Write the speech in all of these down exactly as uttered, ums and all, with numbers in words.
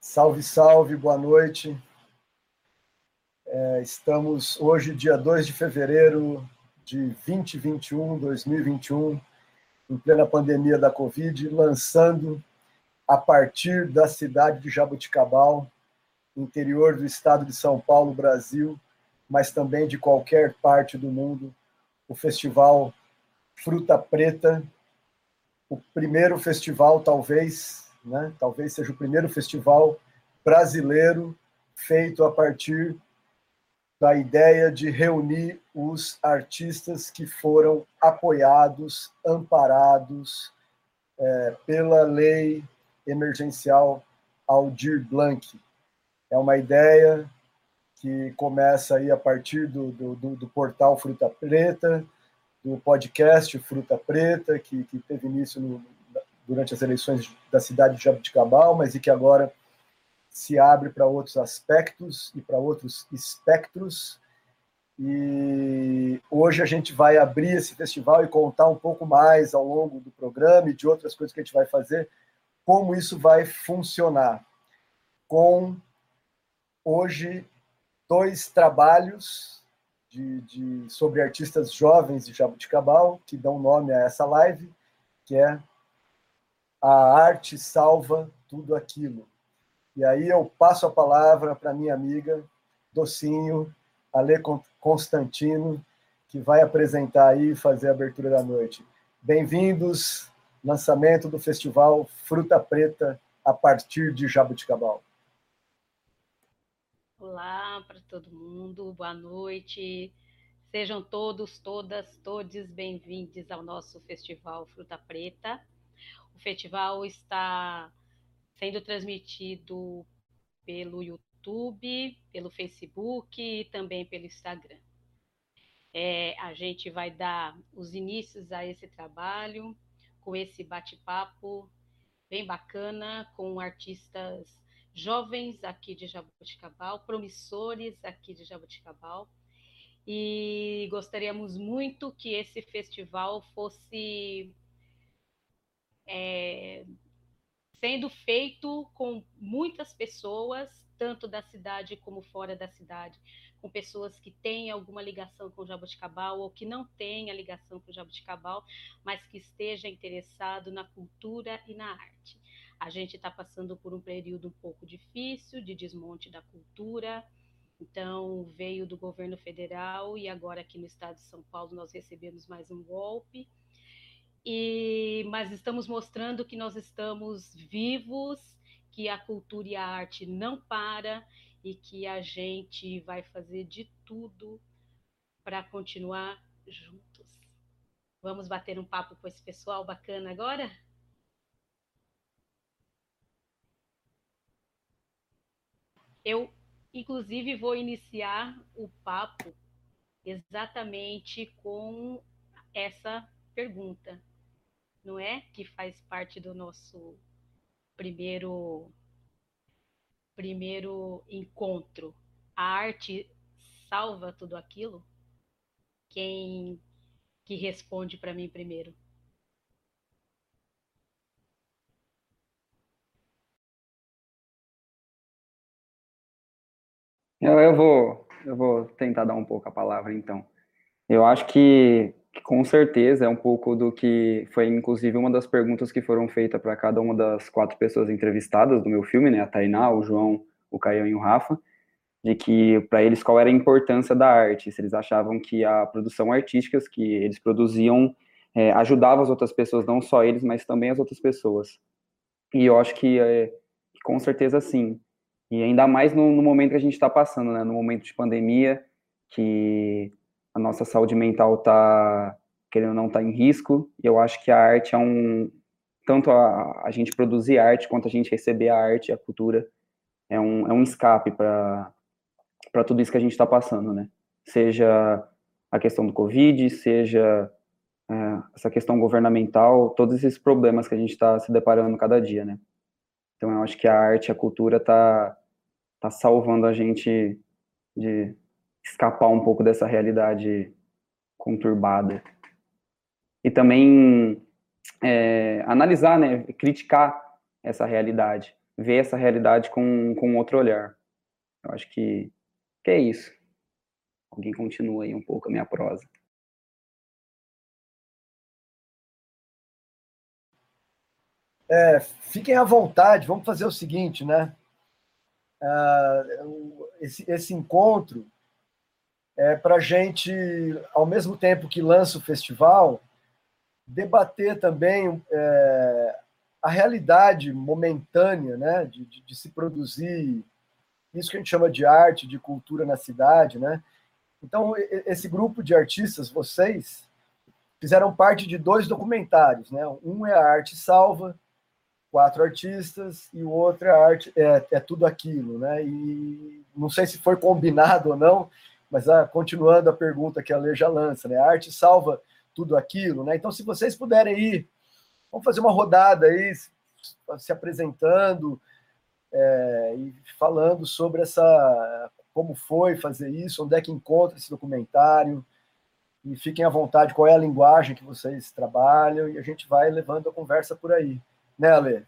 Salve, salve, boa noite. É, estamos hoje, dia dois de fevereiro de dois mil e vinte e um, dois mil e vinte e um, em plena pandemia da Covid, lançando a partir da cidade de Jaboticabal, interior do estado de São Paulo, Brasil, mas também de qualquer parte do mundo, o festival Fruta Preta, o primeiro festival, talvez, né, talvez seja o primeiro festival brasileiro feito a partir da ideia de reunir os artistas que foram apoiados, amparados é, pela lei emergencial Aldir Blanc. É uma ideia que começa aí a partir do, do, do portal Fruta Preta, do podcast Fruta Preta, que, que teve início no, durante as eleições da cidade de Jaboticabal, mas e que agora se abre para outros aspectos e para outros espectros. E hoje a gente vai abrir esse festival e contar um pouco mais ao longo do programa e de outras coisas que a gente vai fazer, como isso vai funcionar. Com, hoje, dois trabalhos de, de, sobre artistas jovens de Jaboticabal, que dão nome a essa live, que é A Arte Salva Tudo Aquilo. E aí eu passo a palavra para minha amiga, Docinho, Ale Constantino, que vai apresentar aí e fazer a abertura da noite. Bem-vindos, lançamento do festival Fruta Preta a partir de Jaboticabal. Olá para todo mundo, boa noite. Sejam todos, todas, todes bem-vindos ao nosso festival Fruta Preta. O festival está sendo transmitido pelo YouTube, pelo Facebook e também pelo Instagram. É, a gente vai dar os inícios a esse trabalho, com esse bate-papo bem bacana, com artistas jovens aqui de Jaboticabal, promissores aqui de Jaboticabal, e gostaríamos muito que esse festival fosse é, sendo feito com muitas pessoas, tanto da cidade como fora da cidade, com pessoas que têm alguma ligação com Jaboticabal ou que não têm a ligação com Jaboticabal, mas que esteja interessado na cultura e na arte. A gente está passando por um período um pouco difícil de desmonte da cultura, então veio do governo federal e agora aqui no estado de São Paulo nós recebemos mais um golpe. E, mas estamos mostrando que nós estamos vivos, que a cultura e a arte não para e que a gente vai fazer de tudo para continuar juntos. Vamos bater um papo com esse pessoal bacana agora? Eu, inclusive, vou iniciar o papo exatamente com essa pergunta, não é? Que faz parte do nosso primeiro, primeiro encontro. A arte salva tudo aquilo? Quem que responde para mim primeiro? Eu, eu vou, eu vou tentar dar um pouco a palavra, então. Eu acho que, que com certeza é um pouco do que foi, inclusive, uma das perguntas que foram feitas para cada uma das quatro pessoas entrevistadas do meu filme, né? A Tainá, o João, o Caião e o Rafa, de que para eles qual era a importância da arte, se eles achavam que a produção artística que eles produziam é, ajudava as outras pessoas, não só eles, mas também as outras pessoas. E eu acho que, é, que com certeza sim. E ainda mais no, no momento que a gente está passando, né? No momento de pandemia, que a nossa saúde mental está, querendo ou não, está em risco. E eu acho que a arte é um... Tanto a, a gente produzir arte, quanto a gente receber a arte, a cultura, é um, é um escape para para tudo isso que a gente está passando, né? Seja a questão do Covid, seja é, essa questão governamental, todos esses problemas que a gente está se deparando cada dia, né? Então eu acho que a arte, a cultura tá, tá salvando a gente de escapar um pouco dessa realidade conturbada. E também é, analisar, né, criticar essa realidade. ver essa realidade com, com outro olhar. Eu acho que, que é isso. Alguém continua aí um pouco a minha prosa. É, fiquem à vontade, vamos fazer o seguinte, né? Uh, esse, esse encontro é para a gente, ao mesmo tempo que lança o festival, debater também é, a realidade momentânea, né, de, de, de se produzir isso que a gente chama de arte, de cultura na cidade, né? Então, esse grupo de artistas, vocês, fizeram parte de dois documentários, né? Um é a Arte Salva, quatro artistas, e o outro é a arte, é, é tudo aquilo, né? E não sei se foi combinado ou não, mas ah, continuando a pergunta que a Lê já lança, né? A arte salva tudo aquilo, né? Então, se vocês puderem ir, vamos fazer uma rodada aí, se apresentando é, e falando sobre essa, como foi fazer isso, onde é que encontra esse documentário, e fiquem à vontade, qual é a linguagem que vocês trabalham, e a gente vai levando a conversa por aí. Né, Ale?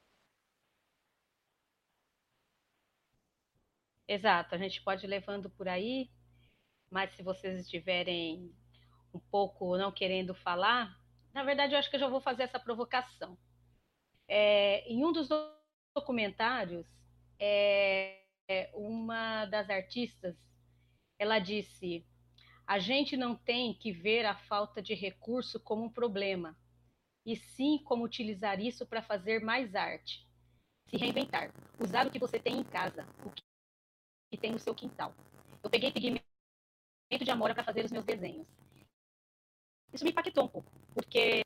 Exato, a gente pode ir levando por aí, mas se vocês estiverem um pouco não querendo falar, na verdade eu acho que eu já vou fazer essa provocação. É, em um dos documentários, é, uma das artistas, ela disse: a gente não tem que ver a falta de recurso como um problema, e sim como utilizar isso para fazer mais arte, se reinventar, usar o que você tem em casa, o que tem no seu quintal. Eu peguei pigmento de amora para fazer os meus desenhos. Isso me impactou um pouco, porque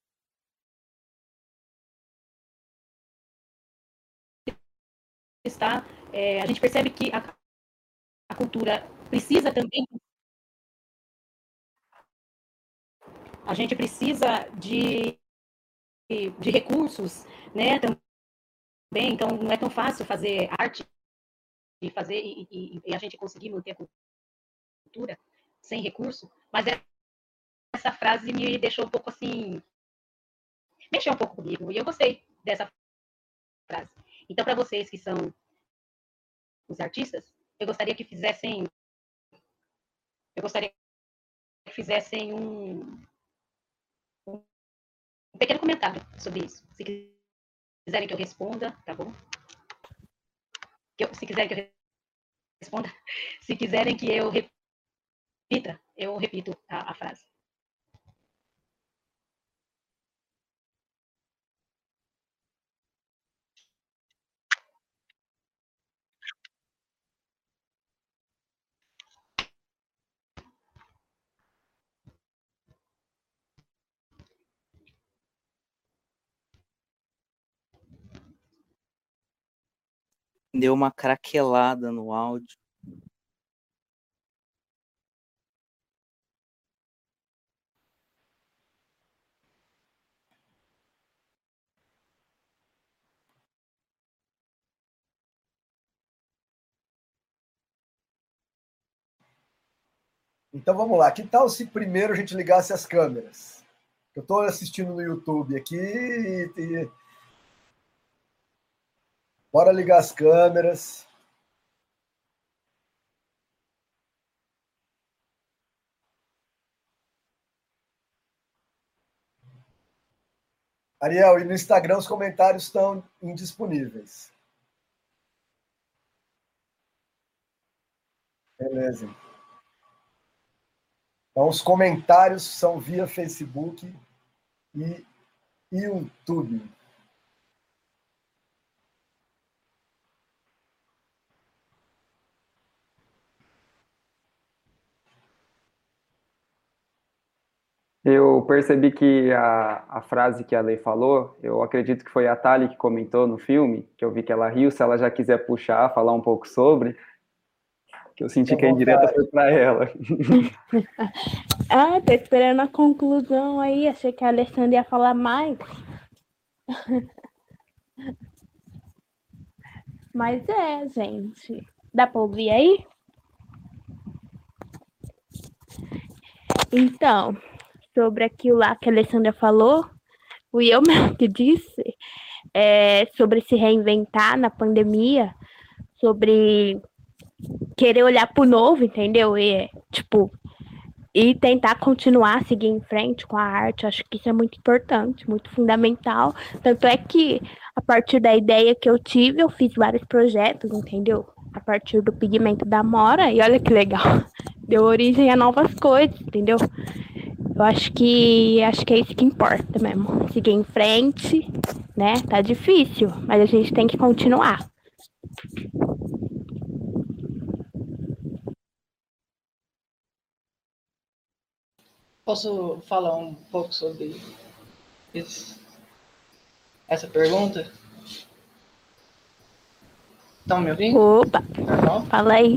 está, é, a gente percebe que a, a cultura precisa também, a gente precisa de, de recursos, né, também, então não é tão fácil fazer arte e fazer e, e, e a gente conseguir manter a cultura sem recurso, mas essa frase me deixou um pouco assim, mexeu um pouco comigo, e eu gostei dessa frase. Então, para vocês que são os artistas, eu gostaria que fizessem, eu gostaria que fizessem um, um pequeno comentário sobre isso. Se quiserem que eu responda, tá bom? Que eu, se quiserem que eu responda, se quiserem que eu repita, eu repito a, a frase. Deu uma craquelada no áudio. Então vamos lá. Que tal se primeiro a gente ligasse as câmeras? Eu estou assistindo no YouTube aqui e... Bora ligar as câmeras. Ariel, e no Instagram os comentários estão indisponíveis. Beleza. Então, os comentários são via Facebook e YouTube. Eu percebi que a, a frase que a Lei falou, eu acredito que foi a Thali que comentou no filme, que eu vi que ela riu, se ela já quiser puxar, falar um pouco sobre, que eu senti que a indireta foi para ela. Ah, tô esperando a conclusão aí, achei que a Alessandra ia falar mais. Mas é, gente. Dá para ouvir aí? Então, sobre aquilo lá que a Alessandra falou, fui eu mesmo que disse, é, sobre se reinventar na pandemia, sobre querer olhar pro novo, entendeu? E, tipo, e tentar continuar, seguir em frente com a arte. Acho que isso é muito importante, muito fundamental. Tanto é que, a partir da ideia que eu tive, eu fiz vários projetos, entendeu? A partir do pigmento da Mora, e olha que legal, deu origem a novas coisas, entendeu? Eu acho que acho que é isso que importa mesmo. Seguir em frente, né? Tá difícil, mas a gente tem que continuar. Posso falar um pouco sobre esse, essa pergunta? Estão me ouvindo? Opa, Normal? fala aí.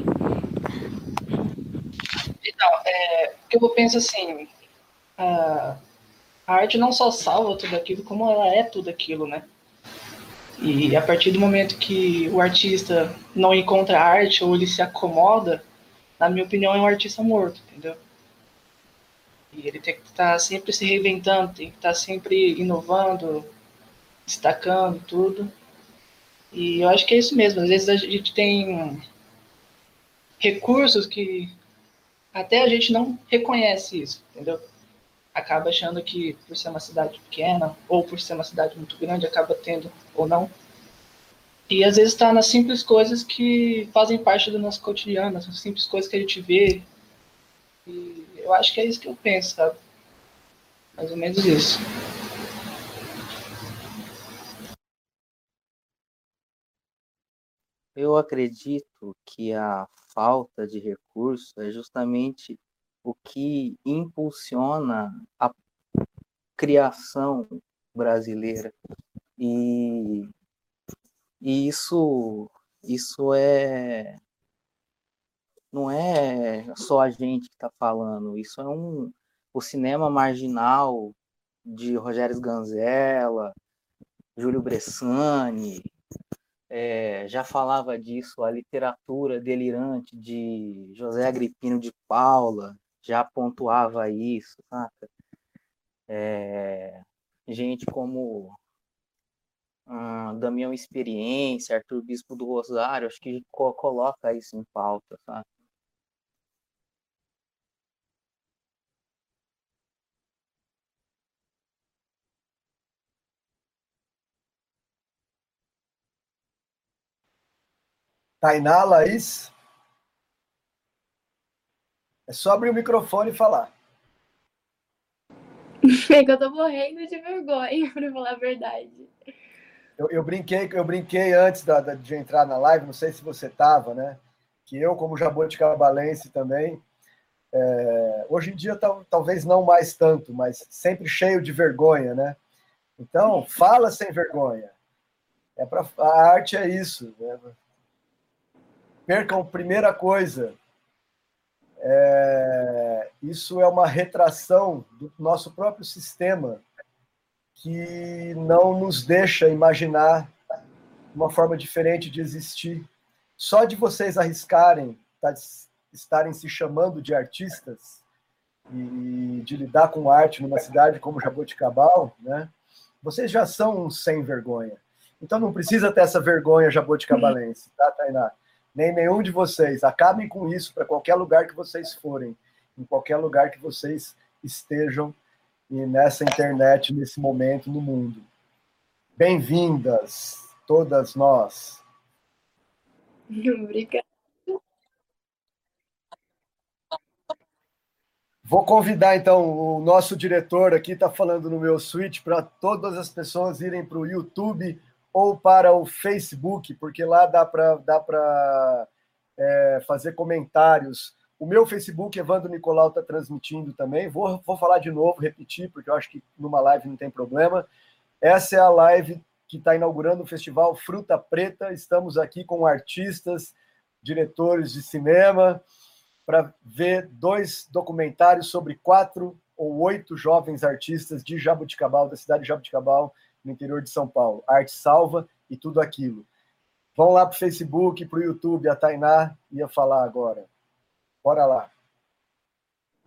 Então, é, porque eu penso assim, a, a arte não só salva tudo aquilo, como ela é tudo aquilo, né? E a partir do momento que o artista não encontra arte ou ele se acomoda, na minha opinião, é um artista morto, entendeu? E ele tem que estar sempre se reinventando, tem que estar sempre inovando, destacando tudo. E eu acho que é isso mesmo. Às vezes a gente tem recursos que até a gente não reconhece isso, entendeu? Acaba achando que por ser uma cidade pequena ou por ser uma cidade muito grande, acaba tendo ou não. E às vezes está nas simples coisas que fazem parte do nosso cotidiano, nas simples coisas que a gente vê. E eu acho que é isso que eu penso, sabe? Mais ou menos isso. Eu acredito que a falta de recurso é justamente o que impulsiona a criação brasileira. E, e isso, isso é, não é só a gente que está falando, isso é um, o cinema marginal de Rogério Sganzella, Júlio Bressani, é, já falava disso, a literatura delirante de José Agripino de Paula já pontuava isso, saca? É, gente como hum, Damião Experiência, Arthur Bispo do Rosário, acho que co coloca isso em pauta, sabe? Tainá, Laís, é só abrir o microfone e falar. É que eu tô morrendo de vergonha, pra falar a verdade. Eu, eu brinquei, eu brinquei antes da, da, de entrar na live, não sei se você estava, né? Que eu, como jabuticabalense também, é, hoje em dia tal, talvez não mais tanto, mas sempre cheio de vergonha, né? Então, fala sem vergonha. É pra, a arte é isso. Né? Percam, primeira coisa, é, isso é uma retração do nosso próprio sistema que não nos deixa imaginar uma forma diferente de existir. Só de vocês arriscarem tá, estarem se chamando de artistas e de lidar com arte numa cidade como Jaboticabal, né? Vocês já são uns sem vergonha. Então não precisa ter essa vergonha jabuticabalense, tá, Tainá? Nem nenhum de vocês. Acabem com isso para qualquer lugar que vocês forem, em qualquer lugar que vocês estejam e nessa internet, nesse momento no mundo. Bem-vindas, todas nós. Obrigada. Vou convidar, então, o nosso diretor aqui, está falando no meu switch, para todas as pessoas irem para o YouTube ou para o Facebook, porque lá dá para dá para é, fazer comentários. O meu Facebook, Evandro Nicolau, está transmitindo também. Vou, vou falar de novo, repetir, porque eu acho que numa live não tem problema. Essa é a live que está inaugurando o festival Fruta Preta. Estamos aqui com artistas, diretores de cinema, para ver dois documentários sobre quatro ou oito jovens artistas de Jaboticabal, da cidade de Jaboticabal, no interior de São Paulo. Arte Salva e tudo aquilo. Vão lá para o Facebook, para o YouTube, a Tainá ia falar agora. Bora lá.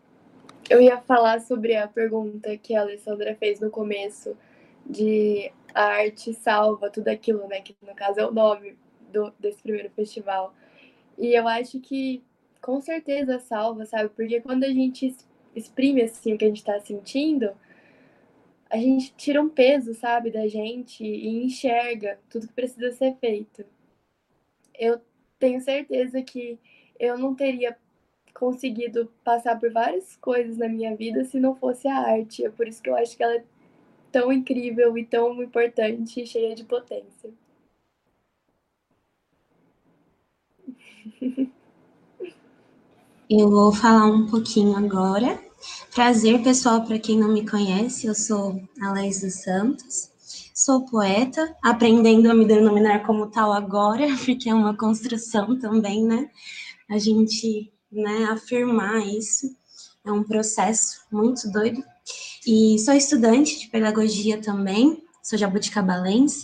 Eu ia falar sobre a pergunta que a Alessandra fez no começo, de a arte salva tudo aquilo, né? Que no caso é o nome do, desse primeiro festival. E eu acho que com certeza salva, sabe? Porque quando a gente exprime assim o que a gente tá sentindo, a gente tira um peso, sabe, da gente e enxerga tudo que precisa ser feito. Eu tenho certeza que eu não teria conseguido passar por várias coisas na minha vida se não fosse a arte. É por isso que eu acho que ela é tão incrível e tão importante e cheia de potência. Eu vou falar um pouquinho agora. Prazer, pessoal, para quem não me conhece, eu sou a Laís dos Santos, sou poeta, aprendendo a me denominar como tal agora, porque é uma construção também, né? A gente, né, afirmar isso é um processo muito doido. E sou estudante de pedagogia também, sou jabuticabalense.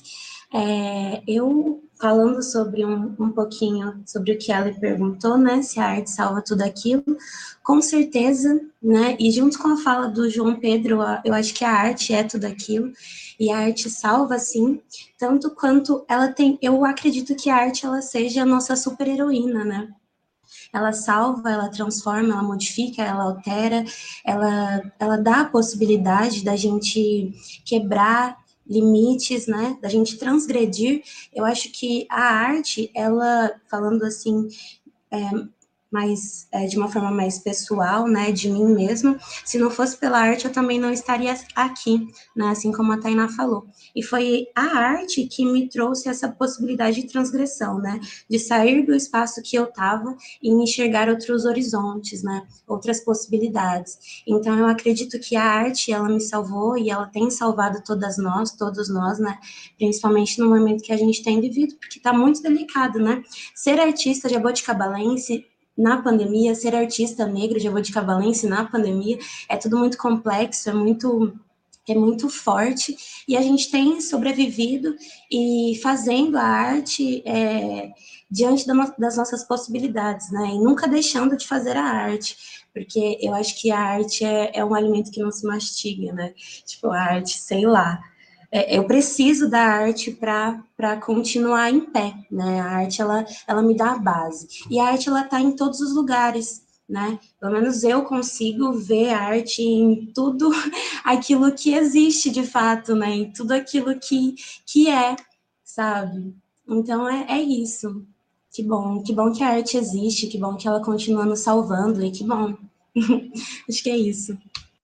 É, eu, falando sobre um, um pouquinho sobre o que ela perguntou, né, se a arte salva tudo aquilo, com certeza, né, e junto com a fala do João Pedro, eu acho que a arte é tudo aquilo, e a arte salva, sim, tanto quanto ela tem, eu acredito que a arte, ela seja a nossa super-heroína, né, ela salva, ela transforma, ela modifica, ela altera, ela, ela dá a possibilidade da gente quebrar limites, né, da gente transgredir. Eu acho que a arte, ela, falando assim, é, mais, é, de uma forma mais pessoal, né, de mim mesma, se não fosse pela arte, eu também não estaria aqui, né, assim como a Tainá falou. E foi a arte que me trouxe essa possibilidade de transgressão, né, de sair do espaço que eu estava e enxergar outros horizontes, né, outras possibilidades. Então, eu acredito que a arte, ela me salvou e ela tem salvado todas nós, todos nós, né, principalmente no momento que a gente tem vivido, porque está muito delicado, né. Ser artista jabuticabalense na pandemia, ser artista negro jabuticabalense na pandemia, é tudo muito complexo, é muito, é muito forte, e a gente tem sobrevivido e fazendo a arte é, diante da no, das nossas possibilidades, né, e nunca deixando de fazer a arte, porque eu acho que a arte é, é um alimento que não se mastiga, né, tipo, a arte, sei lá, eu preciso da arte para continuar em pé, né? A arte, ela, ela me dá a base. E a arte, ela está em todos os lugares, né? Pelo menos eu consigo ver a arte em tudo aquilo que existe de fato, né? Em tudo aquilo que, que é, sabe? Então, é, é isso. Que bom, que bom que a arte existe, que bom que ela continua nos salvando, e que bom. Acho que é isso.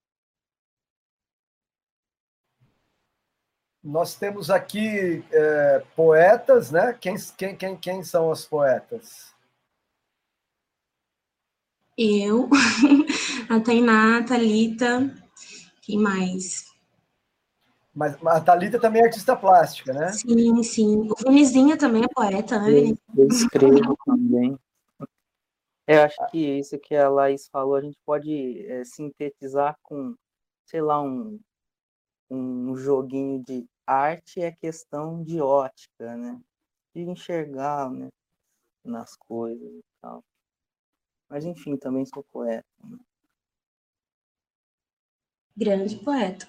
Nós temos aqui é, poetas, né? Quem, quem, quem, quem são as poetas? Eu, a Tainá, a Thalita, quem mais? Mas a Thalita também é artista plástica, né? Sim, sim. O Vinizinho também é poeta, né, Vinícius? Eu escrevo também. Eu acho que isso que a Laís falou, a gente pode é, sintetizar com, sei lá, um, um joguinho de arte é questão de ótica, né? De enxergar, né, nas coisas e tal. Mas, enfim, também sou poeta. Né? Grande poeta.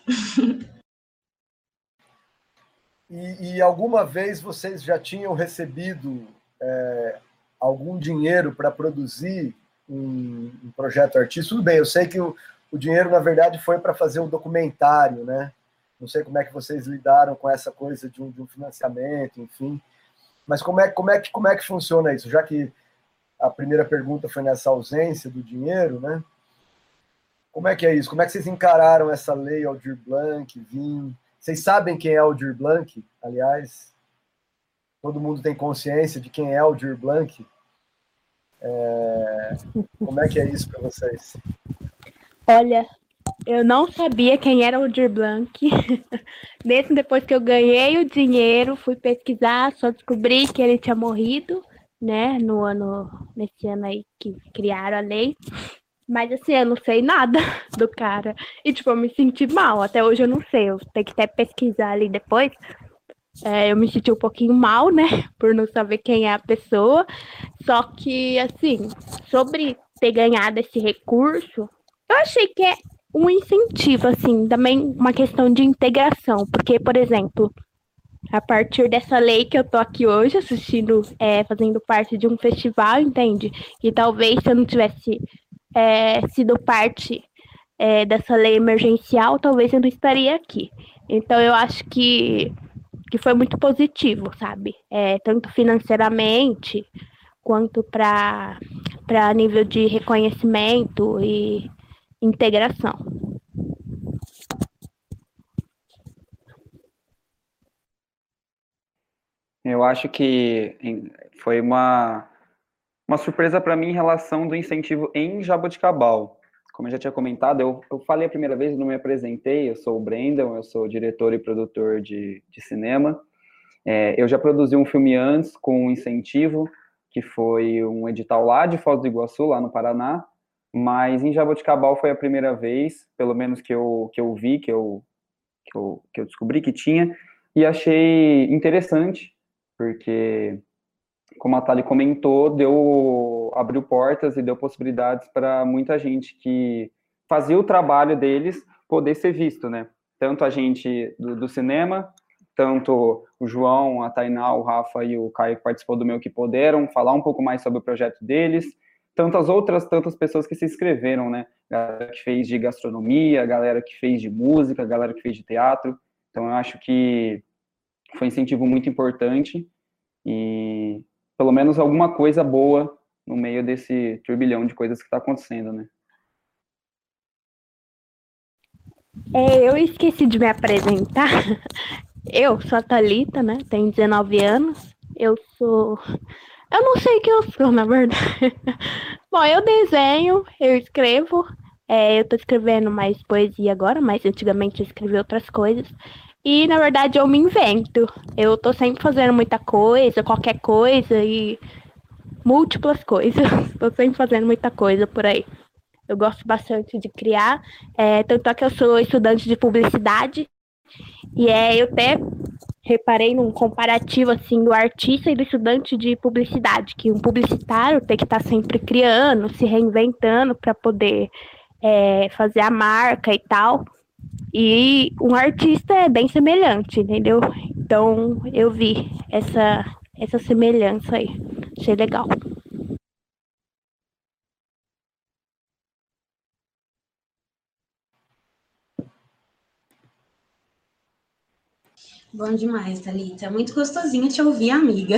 E, e alguma vez vocês já tinham recebido é, algum dinheiro para produzir um, um projeto artístico? Tudo bem, eu sei que o, o dinheiro, na verdade, foi para fazer um documentário, né? Não sei como é que vocês lidaram com essa coisa de um, de um financiamento, enfim. Mas como é, como, é que, como é que funciona isso? Já que a primeira pergunta foi nessa ausência do dinheiro, né? Como é que é isso? Como é que vocês encararam essa lei Aldir Blanc, Vim? Vocês sabem quem é Aldir Blanc, aliás? Todo mundo tem consciência de quem é Aldir Blanc? É... Como é que é isso para vocês? Olha, eu não sabia quem era o Aldir Blanc. Mesmo depois que eu ganhei o dinheiro, fui pesquisar, só descobri que ele tinha morrido, né, no ano, nesse ano aí que criaram a lei. Mas assim, eu não sei nada do cara. E tipo, eu me senti mal. Até hoje eu não sei. Eu tenho que até pesquisar ali depois. É, eu me senti um pouquinho mal, né? Por não saber quem é a pessoa. Só que, assim, sobre ter ganhado esse recurso, eu achei que é um incentivo, assim, também uma questão de integração. Porque, por exemplo, a partir dessa lei que eu tô aqui hoje assistindo, é, fazendo parte de um festival, entende? E talvez se eu não tivesse é, sido parte é, dessa lei emergencial, talvez eu não estaria aqui. Então eu acho que, que foi muito positivo, sabe? É, tanto financeiramente quanto para para nível de reconhecimento e integração. Eu acho que em- foi uma, uma surpresa para mim em relação do incentivo em Jaboticabal. Como eu já tinha comentado, eu, eu falei a primeira vez, não me apresentei, eu sou o Brandon, eu sou diretor e produtor de, de cinema. É, eu já produzi um filme antes com um incentivo, que foi um edital lá de Foz do Iguaçu, lá no Paraná, mas em Jaboticabal foi a primeira vez, pelo menos que eu, que eu vi, que eu, que eu, que eu descobri que tinha, e achei interessante, porque, como a Thali comentou, deu, abriu portas e deu possibilidades para muita gente que fazia o trabalho deles poder ser visto, né? Tanto a gente do, do cinema, tanto o João, a Tainá, o Rafa e o Caio que participou do meu que puderam falar um pouco mais sobre o projeto deles, tantas outras tantas pessoas que se inscreveram, né? Galera que fez de gastronomia, galera que fez de música, galera que fez de teatro. Então eu acho que foi um incentivo muito importante e pelo menos alguma coisa boa no meio desse turbilhão de coisas que está acontecendo, né? É, eu esqueci de me apresentar. Eu sou a Thalita, né? Tenho dezenove anos. Eu sou. Eu não sei o que eu sou, na verdade. Bom, eu desenho, eu escrevo. É, eu tô escrevendo mais poesia agora, mas antigamente eu escrevi outras coisas. E, na verdade, eu me invento. Eu tô sempre fazendo muita coisa, qualquer coisa e múltiplas coisas. Tô sempre fazendo muita coisa por aí. Eu gosto bastante de criar, é, tanto é que eu sou estudante de publicidade, e é, eu até reparei num comparativo assim do artista e do estudante de publicidade, que um publicitário tem que estar sempre criando, se reinventando para poder é, fazer a marca e tal. E um artista é bem semelhante, entendeu? Então eu vi essa, essa semelhança aí. Achei legal. Bom demais, Thalita. É muito gostosinho te ouvir, amiga.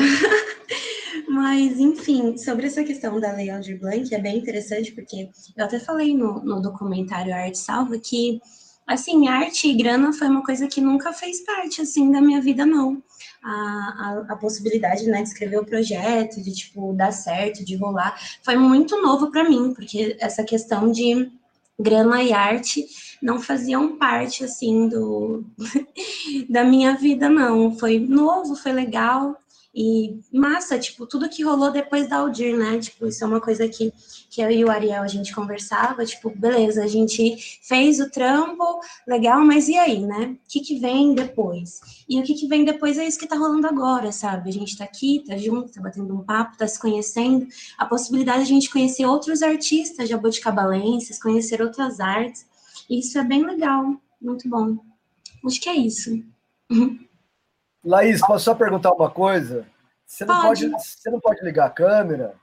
Mas, enfim, sobre essa questão da Lei Aldir Blanc, é bem interessante, porque eu até falei no, no documentário Arte Salva que, assim, arte e grana foi uma coisa que nunca fez parte, assim, da minha vida, não. A, a, a possibilidade, né, de escrever o projeto, de, tipo, dar certo, de rolar, foi muito novo para mim, porque essa questão de grana e arte não faziam parte, assim, do, da minha vida, não. Foi novo, foi legal e massa, tipo, tudo que rolou depois da Aldir, né? Tipo, isso é uma coisa que, que eu e o Ariel a gente conversava, tipo, beleza, a gente fez o trampo, legal, mas e aí, né? O que, que vem depois? E o que, que vem depois é isso que tá rolando agora, sabe? A gente tá aqui, tá junto, tá batendo um papo, tá se conhecendo, a possibilidade de a gente conhecer outros artistas jabuticabalenses, conhecer outras artes, e isso é bem legal, muito bom. Acho que é isso. Laís, posso só perguntar uma coisa? Você não Pode. pode, você não pode ligar a câmera?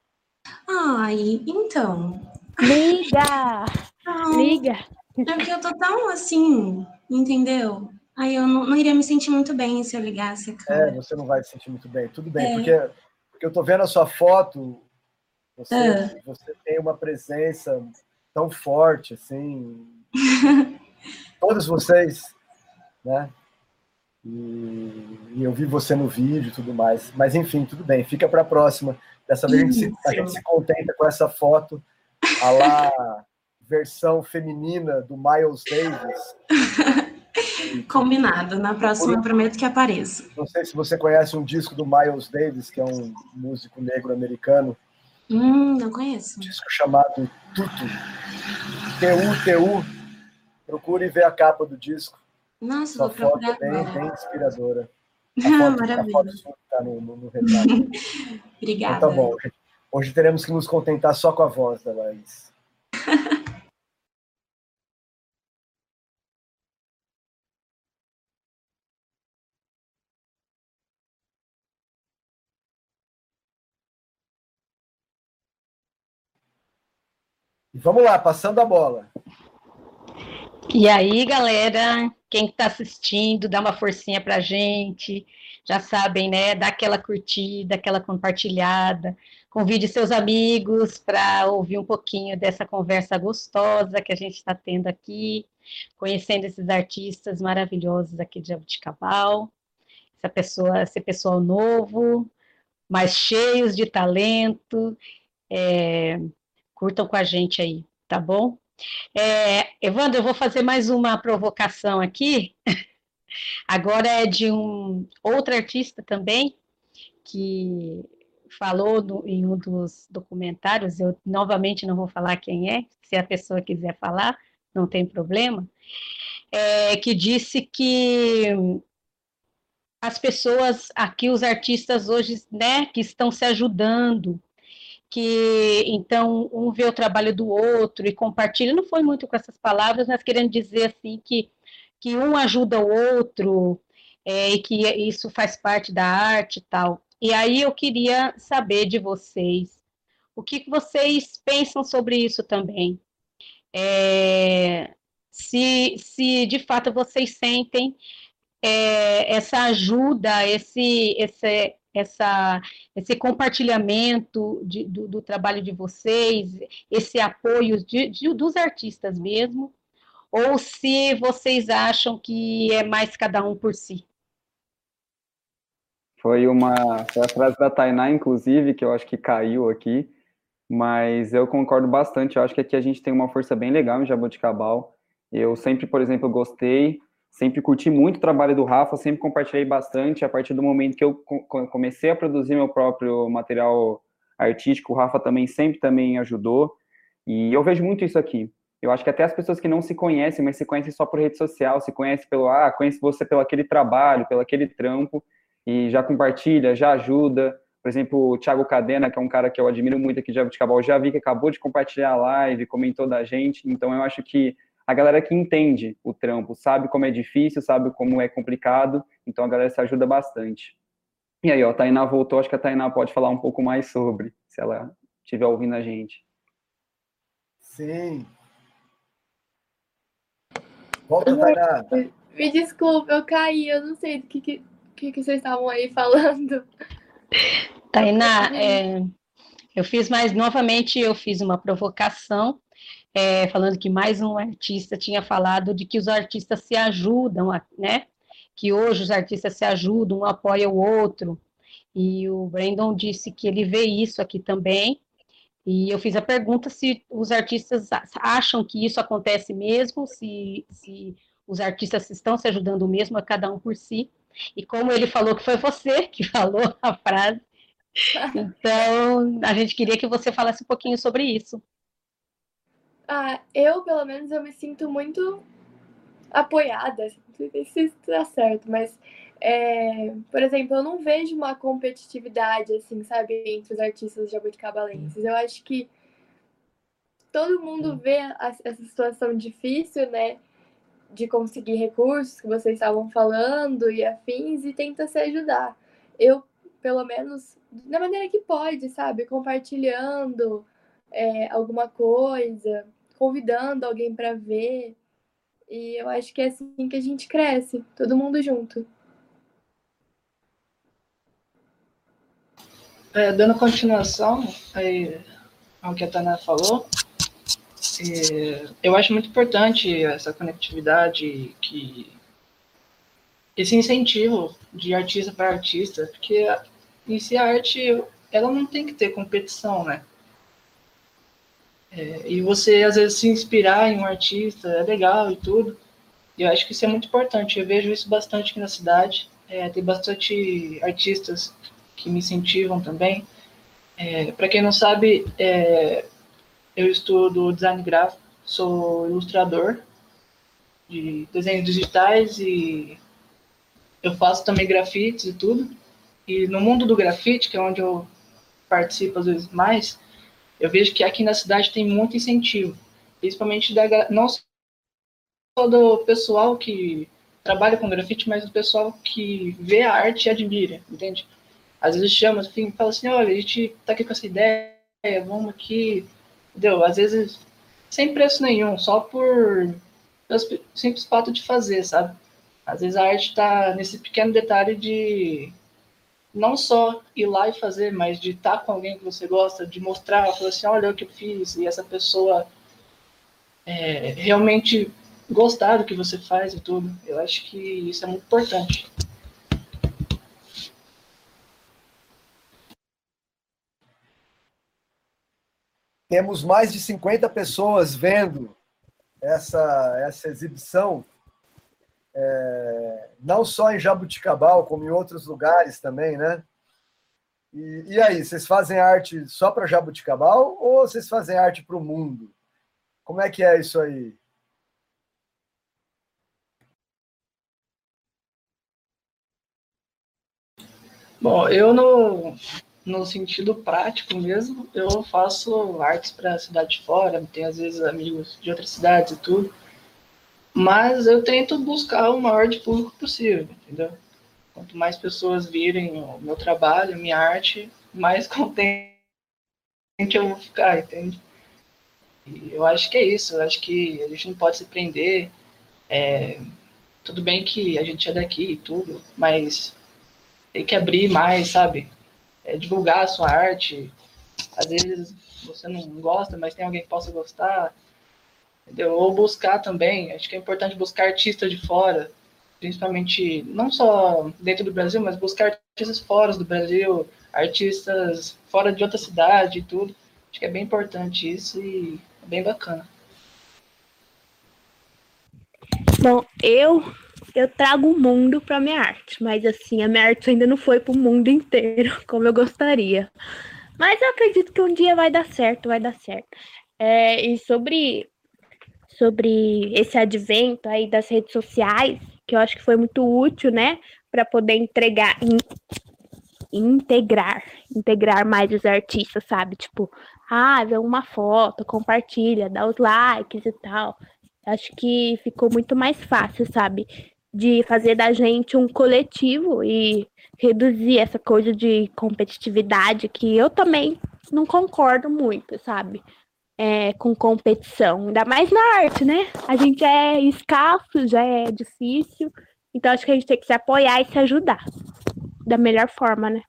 Ai, então. Liga! Não, Liga! é porque eu tô tão assim, entendeu? Aí eu não, não iria me sentir muito bem se eu ligasse a É, câmera. você não vai se sentir muito bem. Tudo bem, porque, É. porque eu estou vendo a sua foto, você, Ah. você tem uma presença tão forte, assim, todos vocês, né? E, e eu vi você no vídeo e tudo mais. Mas, enfim, tudo bem, fica para a próxima. Dessa vez a gente, se, a gente se contenta com essa foto, a lá versão feminina do Miles Davis. Combinado. Na próxima eu prometo que apareço. Não sei se você conhece um disco do Miles Davis, que é um músico negro americano. Hum, não conheço. Um disco chamado Tutu. T U T U. Procure ver a capa do disco. Nossa, Sua vou foto procurar é bem, agora. bem inspiradora. A Ah, foto, a maravilha. foto sua que está no, no, no retrato. Obrigada. Então tá bom. Hoje, hoje teremos que nos contentar só com a voz da Laís. Vamos lá, passando a bola. E aí, galera, quem está assistindo, dá uma forcinha para a gente. Já sabem, né? Dá aquela curtida, aquela compartilhada. Convide seus amigos para ouvir um pouquinho dessa conversa gostosa que a gente está tendo aqui, conhecendo esses artistas maravilhosos aqui de Jaboticabal. Essa pessoa, esse pessoal novo, mais cheios de talento. É, curtam com a gente aí, tá bom? É, Evandro, eu vou fazer mais uma provocação aqui. Agora é de um outro artista também, que falou no, em um dos documentários, eu novamente não vou falar quem é, se a pessoa quiser falar, não tem problema, é, que disse que as pessoas aqui, os artistas hoje, né, que estão se ajudando, que então um vê o trabalho do outro e compartilha, não foi muito com essas palavras, mas querendo dizer assim que, que um ajuda o outro, é, e que isso faz parte da arte e tal. E aí eu queria saber de vocês, o que, que vocês pensam sobre isso também? É, se, se de fato vocês sentem é, essa ajuda, esse, esse, essa, esse compartilhamento de, do, do trabalho de vocês, esse apoio de, de, dos artistas mesmo, ou se vocês acham que é mais cada um por si? Foi uma foi a frase da Tainá, inclusive, que eu acho que caiu aqui, mas eu concordo bastante. Eu acho que aqui a gente tem uma força bem legal em Jaboticabal. Eu sempre, por exemplo, gostei, sempre curti muito o trabalho do Rafa, sempre compartilhei bastante. A partir do momento que eu comecei a produzir meu próprio material artístico, o Rafa também sempre também ajudou. E eu vejo muito isso aqui. Eu acho que até as pessoas que não se conhecem, mas se conhecem só por rede social, se conhecem pelo, ah, conheço você pelo aquele trabalho, pelo aquele trampo, e já compartilha, já ajuda. Por exemplo, o Thiago Cadena, que é um cara que eu admiro muito aqui de Jaboticabal, já vi que acabou de compartilhar a live, comentou da gente. Então eu acho que a galera que entende o trampo, sabe como é difícil, sabe como é complicado, então a galera se ajuda bastante. E aí, ó, a Tainá voltou, acho que a Tainá pode falar um pouco mais sobre, se ela estiver ouvindo a gente. Sim. Volta, Tainá. Me desculpa, eu caí, eu não sei do que, que, que, que vocês estavam aí falando. Tainá, é, eu fiz mais, novamente, eu fiz uma provocação, é, falando que mais um artista tinha falado de que os artistas se ajudam, né? Que hoje os artistas se ajudam, um apoia o outro. E o Brandon disse que ele vê isso aqui também. E eu fiz a pergunta se os artistas acham que isso acontece mesmo, se, se os artistas estão se ajudando mesmo, a cada um por si. E como ele falou que foi você que falou a frase, então a gente queria que você falasse um pouquinho sobre isso. Ah, eu, pelo menos, eu me sinto muito apoiada, não sei se isso tá certo, mas, é, por exemplo, eu não vejo uma competitividade, assim, sabe, entre os artistas jabuticabalenses. Eu acho que todo mundo vê a, essa situação difícil, né, de conseguir recursos que vocês estavam falando e afins, e tenta se ajudar. Eu, pelo menos, da maneira que pode, sabe, compartilhando é, alguma coisa, convidando alguém para ver. E eu acho que é assim que a gente cresce, todo mundo junto. É, dando continuação aí, ao que a Tainá falou, é, eu acho muito importante essa conectividade, que, esse incentivo de artista para artista, porque em si a arte ela não tem que ter competição, né? É, e você, às vezes, se inspirar em um artista é legal e tudo. E eu acho que isso é muito importante. Eu vejo isso bastante aqui na cidade. É, tem bastante artistas que me incentivam também. É, para quem não sabe, é, eu estudo design gráfico, sou ilustrador de desenhos digitais e eu faço também grafites e tudo. E no mundo do grafite, que é onde eu participo às vezes mais, eu vejo que aqui na cidade tem muito incentivo, principalmente da, não só do pessoal que trabalha com grafite, mas do pessoal que vê a arte e admira, entende? Às vezes chama assim, fala assim, olha, a gente tá aqui com essa ideia, vamos aqui, entendeu? Às vezes sem preço nenhum, só por pelo simples fato de fazer, sabe? Às vezes a arte está nesse pequeno detalhe de não só ir lá e fazer, mas de estar com alguém que você gosta, de mostrar, falar assim, olha o que eu fiz, e essa pessoa é, realmente gostar do que você faz e tudo. Eu acho que isso é muito importante. Temos mais de cinquenta pessoas vendo essa, essa exibição, é, não só em Jabuticabal, como em outros lugares também, né? E, e aí, vocês fazem arte só para Jabuticabal ou vocês fazem arte para o mundo? Como é que é isso aí? Bom, eu no, no sentido prático mesmo, eu faço artes para a cidade de fora, tenho às vezes amigos de outras cidades e tudo, mas eu tento buscar o maior de público possível, entendeu? Quanto mais pessoas virem o meu trabalho, a minha arte, mais contente eu vou ficar, entende? E eu acho que é isso, eu acho que a gente não pode se prender, é, tudo bem que a gente é daqui e tudo, mas tem que abrir mais, sabe? É, divulgar a sua arte. Às vezes você não gosta, mas tem alguém que possa gostar, entendeu? Ou buscar também. Acho que é importante buscar artistas de fora, principalmente não só dentro do Brasil, mas buscar artistas fora do Brasil, artistas fora de outra cidade e tudo. Acho que é bem importante isso e é bem bacana. Bom, eu eu trago o mundo para minha arte, mas assim, a minha arte ainda não foi para o mundo inteiro, como eu gostaria. Mas eu acredito que um dia vai dar certo, vai dar certo. É, e sobre, sobre esse advento aí das redes sociais, que eu acho que foi muito útil, né, para poder entregar, in, integrar, integrar mais os artistas, sabe? Tipo, ah, vê uma foto, compartilha, dá os likes e tal. Acho que ficou muito mais fácil, sabe? De fazer da gente um coletivo e reduzir essa coisa de competitividade que eu também não concordo muito, sabe? É, com competição, ainda mais na arte, né? A gente é escasso, já é difícil, então acho que a gente tem que se apoiar e se ajudar da melhor forma, né?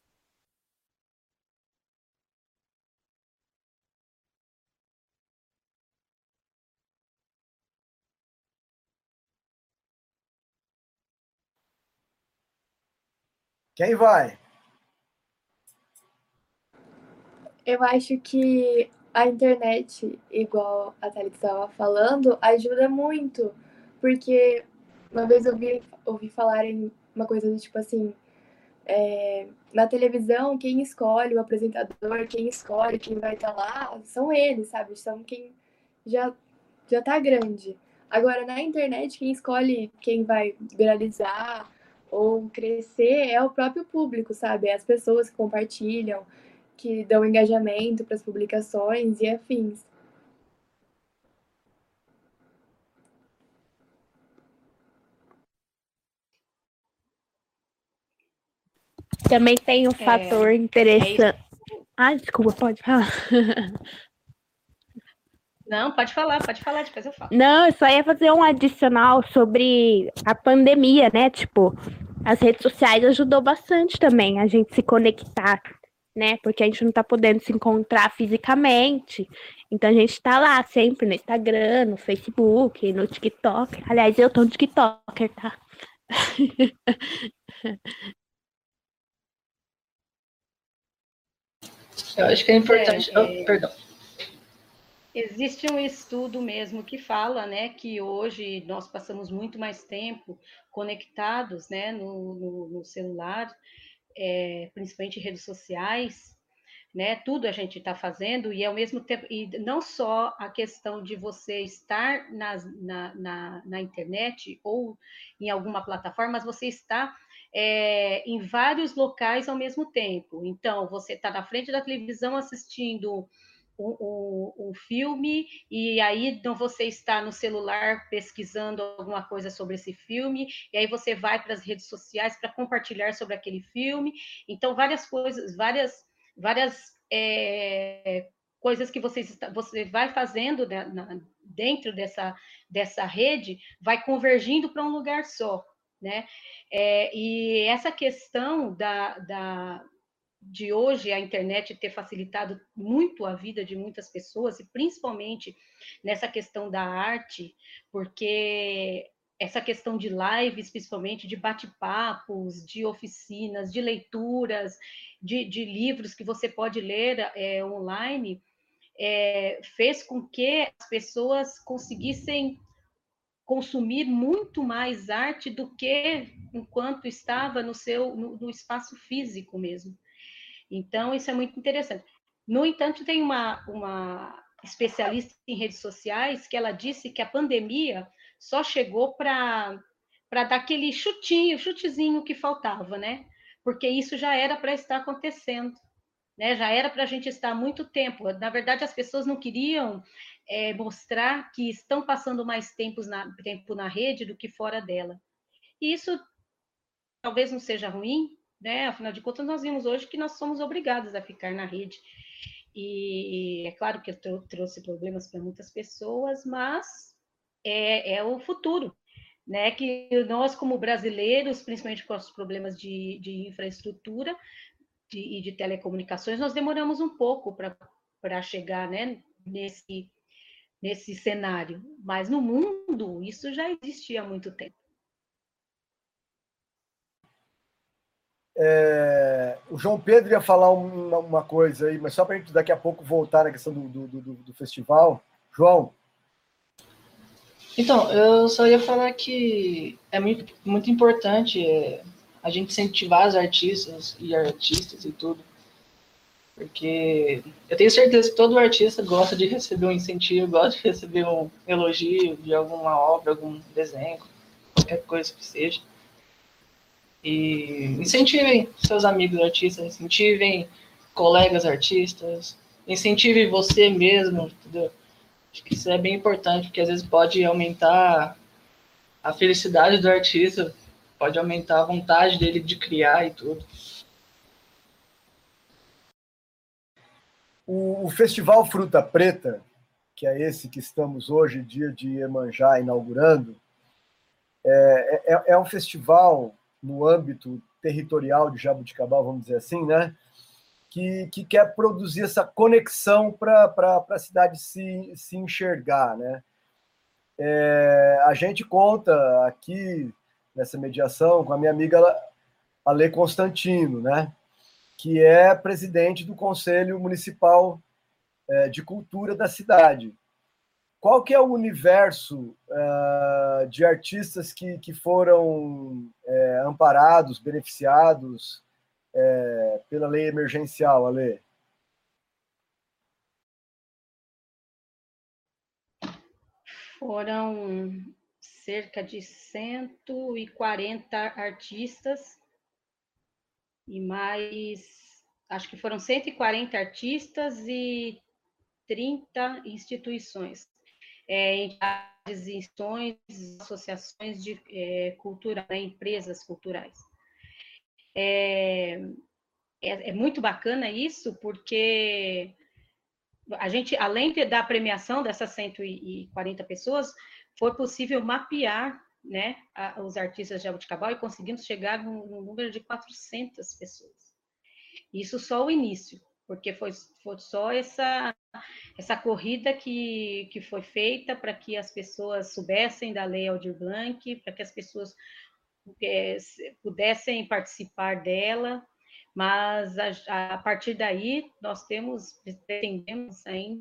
Quem vai? Eu acho que a internet, igual a Thalita estava falando, ajuda muito. Porque uma vez eu ouvi, ouvi falarem uma coisa do tipo assim, é, na televisão, quem escolhe o apresentador, quem escolhe quem vai estar lá, são eles, sabe? São quem já, já tá grande. Agora, na internet, quem escolhe quem vai viralizar ou crescer é o próprio público, sabe? É as pessoas que compartilham, que dão engajamento para as publicações e afins. Também tem um fator É, interessante. é Ah, desculpa, pode falar. Não, pode falar, pode falar, depois eu falo. Não, eu só ia fazer um adicional sobre a pandemia, né? Tipo, as redes sociais ajudou bastante também a gente se conectar, né? Porque a gente não tá podendo se encontrar fisicamente. Então a gente tá lá sempre no Instagram, no Facebook, no TikTok. Aliás, eu tô no TikToker, tá? Eu acho que é importante. É, Oh, perdão. Existe um estudo mesmo que fala, né, que hoje nós passamos muito mais tempo conectados, né, no, no, no celular, é, principalmente redes sociais, né, tudo a gente está fazendo e ao mesmo tempo, e não só a questão de você estar nas, na, na, na internet ou em alguma plataforma, mas você está é, em vários locais ao mesmo tempo. Então, você está na frente da televisão assistindo um, um, um filme, e aí então você está no celular pesquisando alguma coisa sobre esse filme, e aí você vai para as redes sociais para compartilhar sobre aquele filme. Então, várias coisas, várias, várias é, coisas que vocês, você vai fazendo né, na, dentro dessa, dessa rede, vai convergindo para um lugar só, né? É, e essa questão da, da, de hoje a internet ter facilitado muito a vida de muitas pessoas, e principalmente nessa questão da arte, porque essa questão de lives, principalmente de bate-papos, de oficinas, de leituras, de, de livros que você pode ler é, online, é, fez com que as pessoas conseguissem consumir muito mais arte do que enquanto estava no seu no, no espaço físico mesmo. Então, isso é muito interessante. No entanto, tem uma, uma especialista em redes sociais que ela disse que a pandemia só chegou para para dar aquele chutinho, chutezinho que faltava, né? Porque isso já era para estar acontecendo, né? Já era para a gente estar há muito tempo. Na verdade, as pessoas não queriam é, mostrar que estão passando mais tempos na, tempo na rede do que fora dela. E isso talvez não seja ruim, né? Afinal de contas, nós vimos hoje que nós somos obrigados a ficar na rede. E é claro que eu trouxe problemas para muitas pessoas, mas é, é o futuro, né? Que nós, como brasileiros, principalmente com os problemas de, de infraestrutura de, e de telecomunicações, nós demoramos um pouco para chegar, né, nesse, nesse cenário. Mas no mundo, isso já existia há muito tempo. É, o João Pedro ia falar uma, uma coisa aí, mas só para a gente daqui a pouco voltar na questão do, do, do, do festival. João? Então, eu só ia falar que é muito, muito importante é, a gente incentivar os artistas e artistas e tudo, porque eu tenho certeza que todo artista gosta de receber um incentivo, gosta de receber um elogio de alguma obra, algum desenho, qualquer coisa que seja. E incentivem seus amigos artistas, incentivem colegas artistas, incentive você mesmo, entendeu? Acho que isso é bem importante, porque às vezes pode aumentar a felicidade do artista, pode aumentar a vontade dele de criar e tudo. O, o Festival Fruta Preta, que é esse que estamos hoje, dia de Iemanjá, inaugurando, é, é, é um festival no âmbito territorial de Jaboticabal, vamos dizer assim, né? Que, que quer produzir essa conexão para a cidade se, se enxergar, né? É, a gente conta aqui nessa mediação com a minha amiga Ale Constantino, né? Que é presidente do Conselho Municipal de Cultura da cidade. Qual que é o universo uh, de artistas que, que foram é, amparados, beneficiados é, pela lei emergencial, Ale? Foram cerca de cento e quarenta artistas e mais, acho que foram cento e quarenta artistas e trinta instituições, é, entidades, instituições, associações de é, cultura, né, empresas culturais. É, é, é muito bacana isso, porque a gente, além de, da premiação dessas cento e quarenta pessoas, foi possível mapear, né, a, os artistas de Jaboticabal e conseguimos chegar no, no número de quatrocentas pessoas. Isso só o início, porque foi, foi só essa, essa corrida que, que foi feita para que as pessoas soubessem da Lei Aldir Blanc, para que as pessoas é, pudessem participar dela, mas a, a partir daí nós temos, pretendemos ainda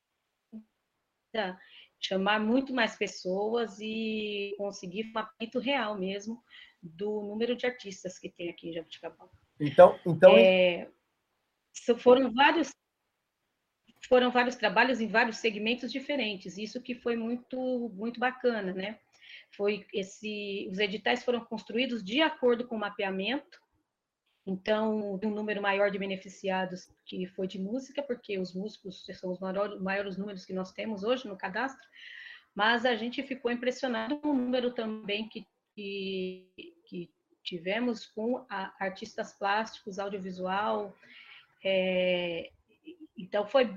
chamar muito mais pessoas e conseguir um mapeamento real mesmo do número de artistas que tem aqui em Jaboticabal. Então, então... É, foram vários foram vários trabalhos em vários segmentos diferentes, isso que foi muito muito bacana, né? Foi esse, os editais foram construídos de acordo com o mapeamento. Então, um número maior de beneficiados que foi de música, porque os músicos são os maiores, maiores números que nós temos hoje no cadastro, mas a gente ficou impressionado com o número também que, que, que tivemos com a, artistas plásticos, audiovisual. É, então, foi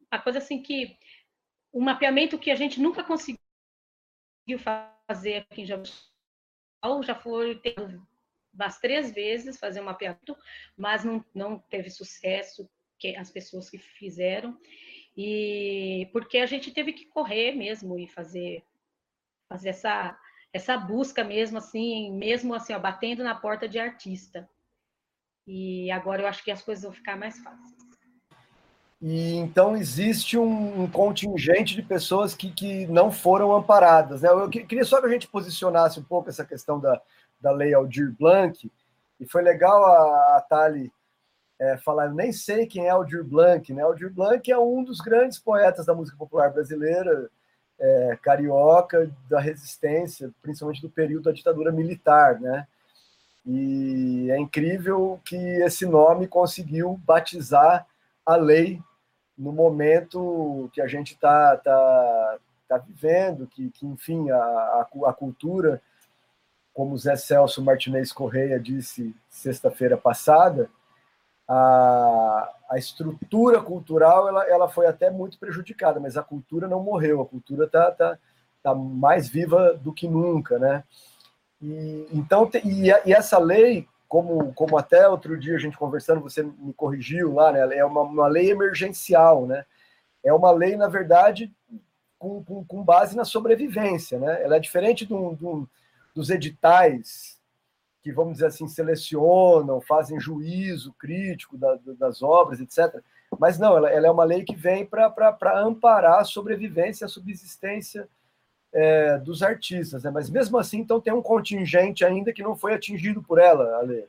uma coisa assim que um mapeamento que a gente nunca conseguiu fazer aqui em Jaboticabal, já foi tentado umas três vezes fazer um mapeamento, mas não, não teve sucesso, que as pessoas que fizeram, e porque a gente teve que correr mesmo e fazer, fazer essa, essa busca mesmo, assim, mesmo assim, ó, batendo na porta de artista. E agora eu acho que as coisas vão ficar mais fáceis. E então existe um, um contingente de pessoas que, que não foram amparadas, né? Eu queria só que a gente posicionasse um pouco essa questão da, da Lei Aldir Blanc, e foi legal a, a Thali é, falar, eu nem sei quem é Aldir Blanc, né? Aldir Blanc é um dos grandes poetas da música popular brasileira, é, carioca, da resistência, principalmente do período da ditadura militar, né? E é incrível que esse nome conseguiu batizar a lei no momento que a gente está tá, tá vivendo, que, que enfim, a, a, a cultura, como o Zé Celso Martinez Correia disse sexta-feira passada, a, a estrutura cultural ela, ela foi até muito prejudicada, mas a cultura não morreu, a cultura está tá, tá mais viva do que nunca, né? E, então, e, e essa lei, como, como até outro dia a gente conversando, você me corrigiu lá, né? É uma, uma lei emergencial, né? É uma lei, na verdade, com, com, com base na sobrevivência, né? Ela é diferente do, do, dos editais que, vamos dizer assim, selecionam, fazem juízo crítico da, das obras, etcétera. Mas não, ela, ela é uma lei que vem para amparar a sobrevivência, a subsistência É, dos artistas, né? Mas mesmo assim, então tem um contingente ainda que não foi atingido por ela, Ale.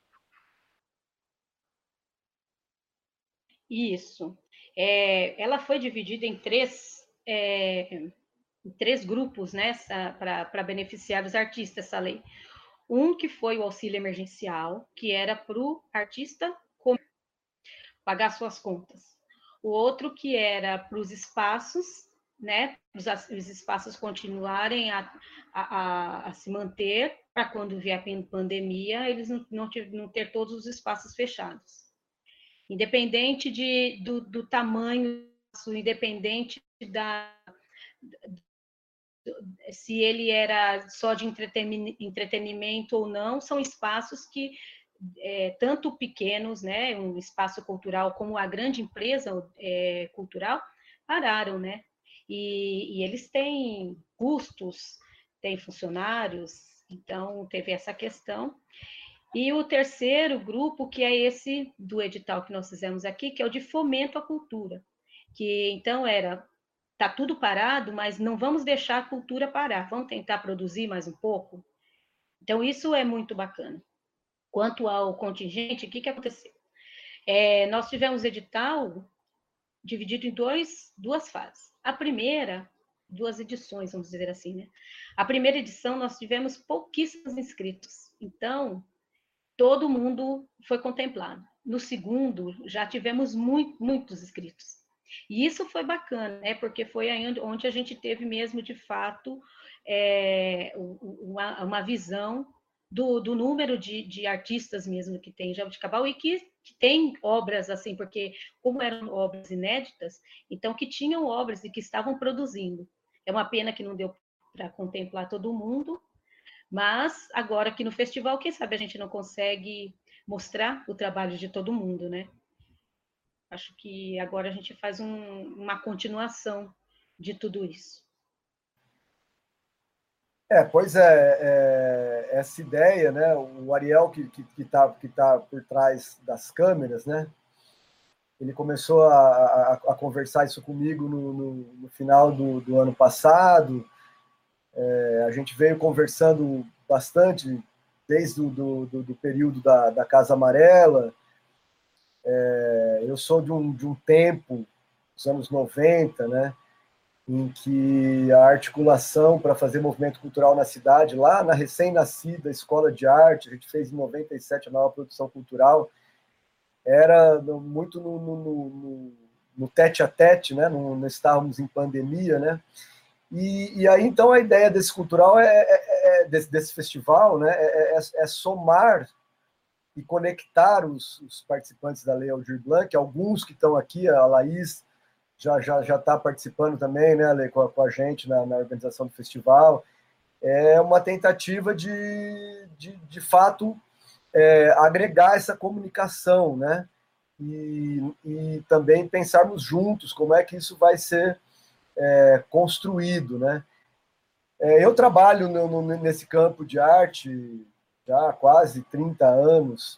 Isso. É, ela foi dividida em três, é, em três grupos, né, para beneficiar os artistas, essa lei. Um que foi o auxílio emergencial, que era para o artista pagar suas contas. O outro que era para os espaços, né, os, os espaços continuarem a, a, a se manter, para quando vier a pandemia, eles não, não, ter, não ter todos os espaços fechados. Independente de, do, do tamanho, independente da, se ele era só de entretenimento ou não, são espaços que, é, tanto pequenos, né, um espaço cultural, como a grande empresa é, cultural, pararam, né? E, e eles têm custos, têm funcionários, então teve essa questão. E o terceiro grupo, que é esse do edital que nós fizemos aqui, que é o de fomento à cultura, que então era, tá tudo parado, mas não vamos deixar a cultura parar, vamos tentar produzir mais um pouco. Então isso é muito bacana. Quanto ao contingente, o que que aconteceu? É, nós tivemos edital dividido em dois, duas fases. A primeira, duas edições, vamos dizer assim, né? A primeira edição nós tivemos pouquíssimos inscritos, então todo mundo foi contemplado. No segundo, já tivemos muito, muitos inscritos. E isso foi bacana, né? Porque foi aí onde a gente teve mesmo, de fato, é, uma, uma visão do, do número de, de artistas mesmo que tem em Jaboticabal e que, que tem obras assim, porque como eram obras inéditas, então que tinham obras e que estavam produzindo. É uma pena que não deu para contemplar todo mundo, mas agora aqui no festival, quem sabe a gente não consegue mostrar o trabalho de todo mundo, né? Acho que agora a gente faz um, uma continuação de tudo isso. É, pois é, é, essa ideia, né? O Ariel, que está que, que tá, que tá por trás das câmeras, né? Ele começou a, a, a conversar isso comigo no, no, no final do, do ano passado. É, a gente veio conversando bastante desde o do, do, do período da, da Casa Amarela. É, eu sou de um, de um tempo, dos anos noventa, né? Em que a articulação para fazer movimento cultural na cidade, lá na recém-nascida Escola de Arte, a gente fez em noventa e sete a nova produção cultural, era muito no, no, no, no tete-a-tete, né? Não, não estávamos em pandemia, né? E, e aí, então, a ideia desse cultural, é, é, é desse, desse festival, né? É, é, é somar e conectar os, os participantes da Lei Aldir Blanc, alguns que estão aqui, a Laís já já já está participando também, né, Ale, com a, com a gente na, na organização do festival. É uma tentativa de, de, de fato, é, agregar essa comunicação, né? E, e também pensarmos juntos como é que isso vai ser é, construído, né? É, eu trabalho no, no, nesse campo de arte já há quase trinta anos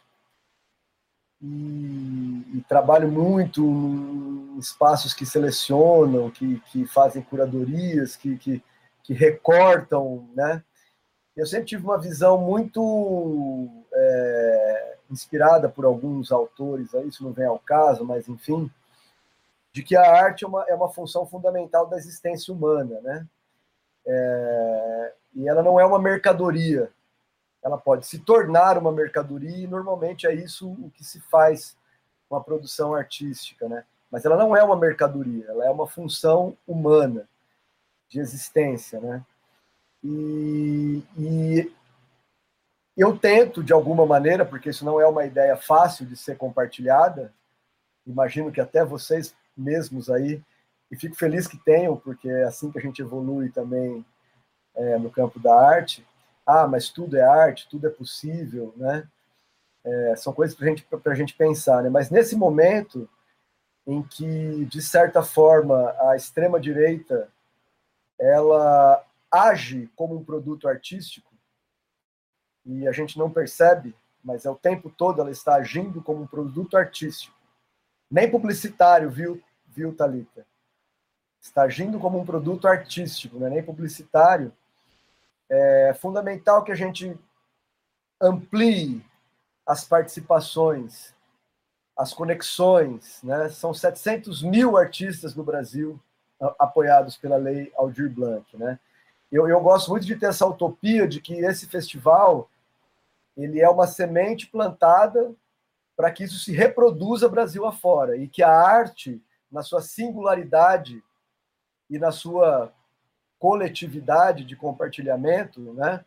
e, e trabalho muito em espaços que selecionam, que, que fazem curadorias, que, que, que recortam, né? Eu sempre tive uma visão muito é, inspirada por alguns autores, aí, isso não vem ao caso, mas enfim, de que a arte é uma, é uma função fundamental da existência humana, né? É, e ela não é uma mercadoria, ela pode se tornar uma mercadoria, e normalmente é isso o que se faz com a produção artística, né? Mas ela não é uma mercadoria, ela é uma função humana, de existência, né? E, e eu tento, de alguma maneira, porque isso não é uma ideia fácil de ser compartilhada, imagino que até vocês mesmos aí, e fico feliz que tenham, porque é assim que a gente evolui também é, no campo da arte. Ah, mas tudo é arte, tudo é possível, né? É, são coisas para gente, a gente pensar, né? Mas nesse momento em que, de certa forma, a extrema-direita ela age como um produto artístico, e a gente não percebe, mas é o tempo todo ela está agindo como um produto artístico. Nem publicitário, viu, viu Thalita? Está agindo como um produto artístico, não é nem publicitário. É fundamental que a gente amplie as participações, as conexões, né? São setecentos mil artistas no Brasil apoiados pela Lei Aldir Blanc, né? Eu, eu gosto muito de ter essa utopia de que esse festival ele é uma semente plantada para que isso se reproduza Brasil afora e que a arte, na sua singularidade e na sua coletividade de compartilhamento, né,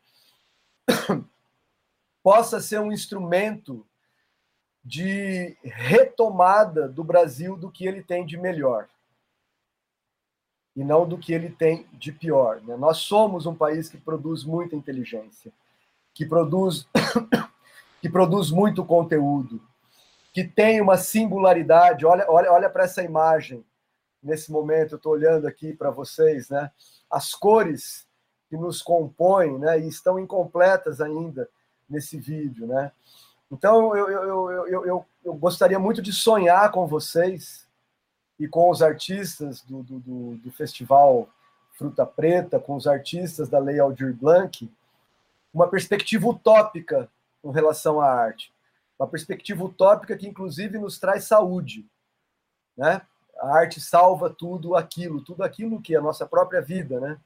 possa ser um instrumento de retomada do Brasil do que ele tem de melhor e não do que ele tem de pior, né? Nós somos um país que produz muita inteligência, que produz, que produz muito conteúdo, que tem uma singularidade. Olha, olha, olha para essa imagem. Nesse momento, eu estou olhando aqui para vocês, né? As cores que nos compõem, né? E estão incompletas ainda nesse vídeo, né? Então, eu, eu, eu, eu, eu gostaria muito de sonhar com vocês e com os artistas do, do, do, do Festival Fruta Preta, com os artistas da Lei Aldir Blanc, uma perspectiva utópica com relação à arte. Uma perspectiva utópica que, inclusive, nos traz saúde, né? A arte salva tudo aquilo, tudo aquilo que é a nossa própria vida, né?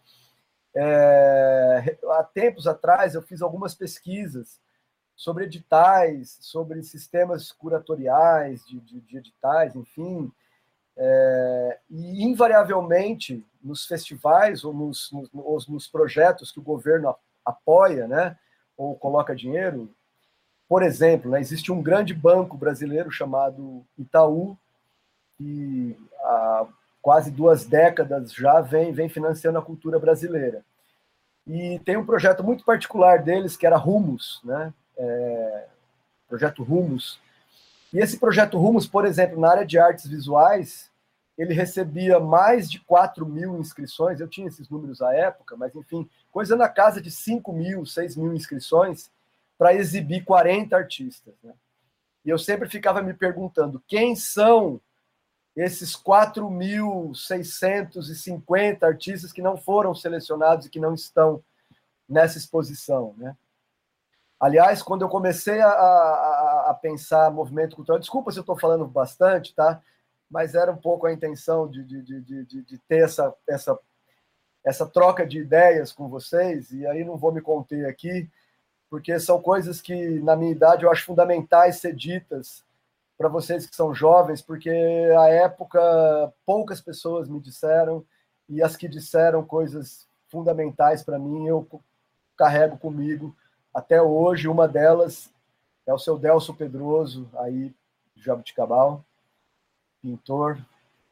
É, há tempos atrás, eu fiz algumas pesquisas sobre editais, sobre sistemas curatoriais de, de, de editais, enfim, é, e invariavelmente nos festivais ou nos, nos, nos projetos que o governo apoia, né, ou coloca dinheiro, por exemplo, né, existe um grande banco brasileiro chamado Itaú, que há quase duas décadas já vem, vem financiando a cultura brasileira. E tem um projeto muito particular deles, que era Rumos, né? É, projeto Rumos. E esse projeto Rumos, por exemplo, na área de artes visuais, ele recebia mais de quatro mil inscrições, eu tinha esses números à época, mas enfim, coisa na casa de cinco mil, seis mil inscrições para exibir quarenta artistas, né? E eu sempre ficava me perguntando, quem são esses quatro mil seiscentos e cinquenta artistas que não foram selecionados e que não estão nessa exposição, né? Aliás, quando eu comecei a, a, a pensar movimento cultural, desculpa se eu estou falando bastante, tá? Mas era um pouco a intenção de, de, de, de, de ter essa, essa, essa troca de ideias com vocês, e aí não vou me conter aqui, porque são coisas que, na minha idade, eu acho fundamentais ser ditas para vocês que são jovens, porque à época poucas pessoas me disseram, e as que disseram coisas fundamentais para mim, eu carrego comigo até hoje. Uma delas é o seu Delso Pedroso, aí de Jabuticabal, pintor,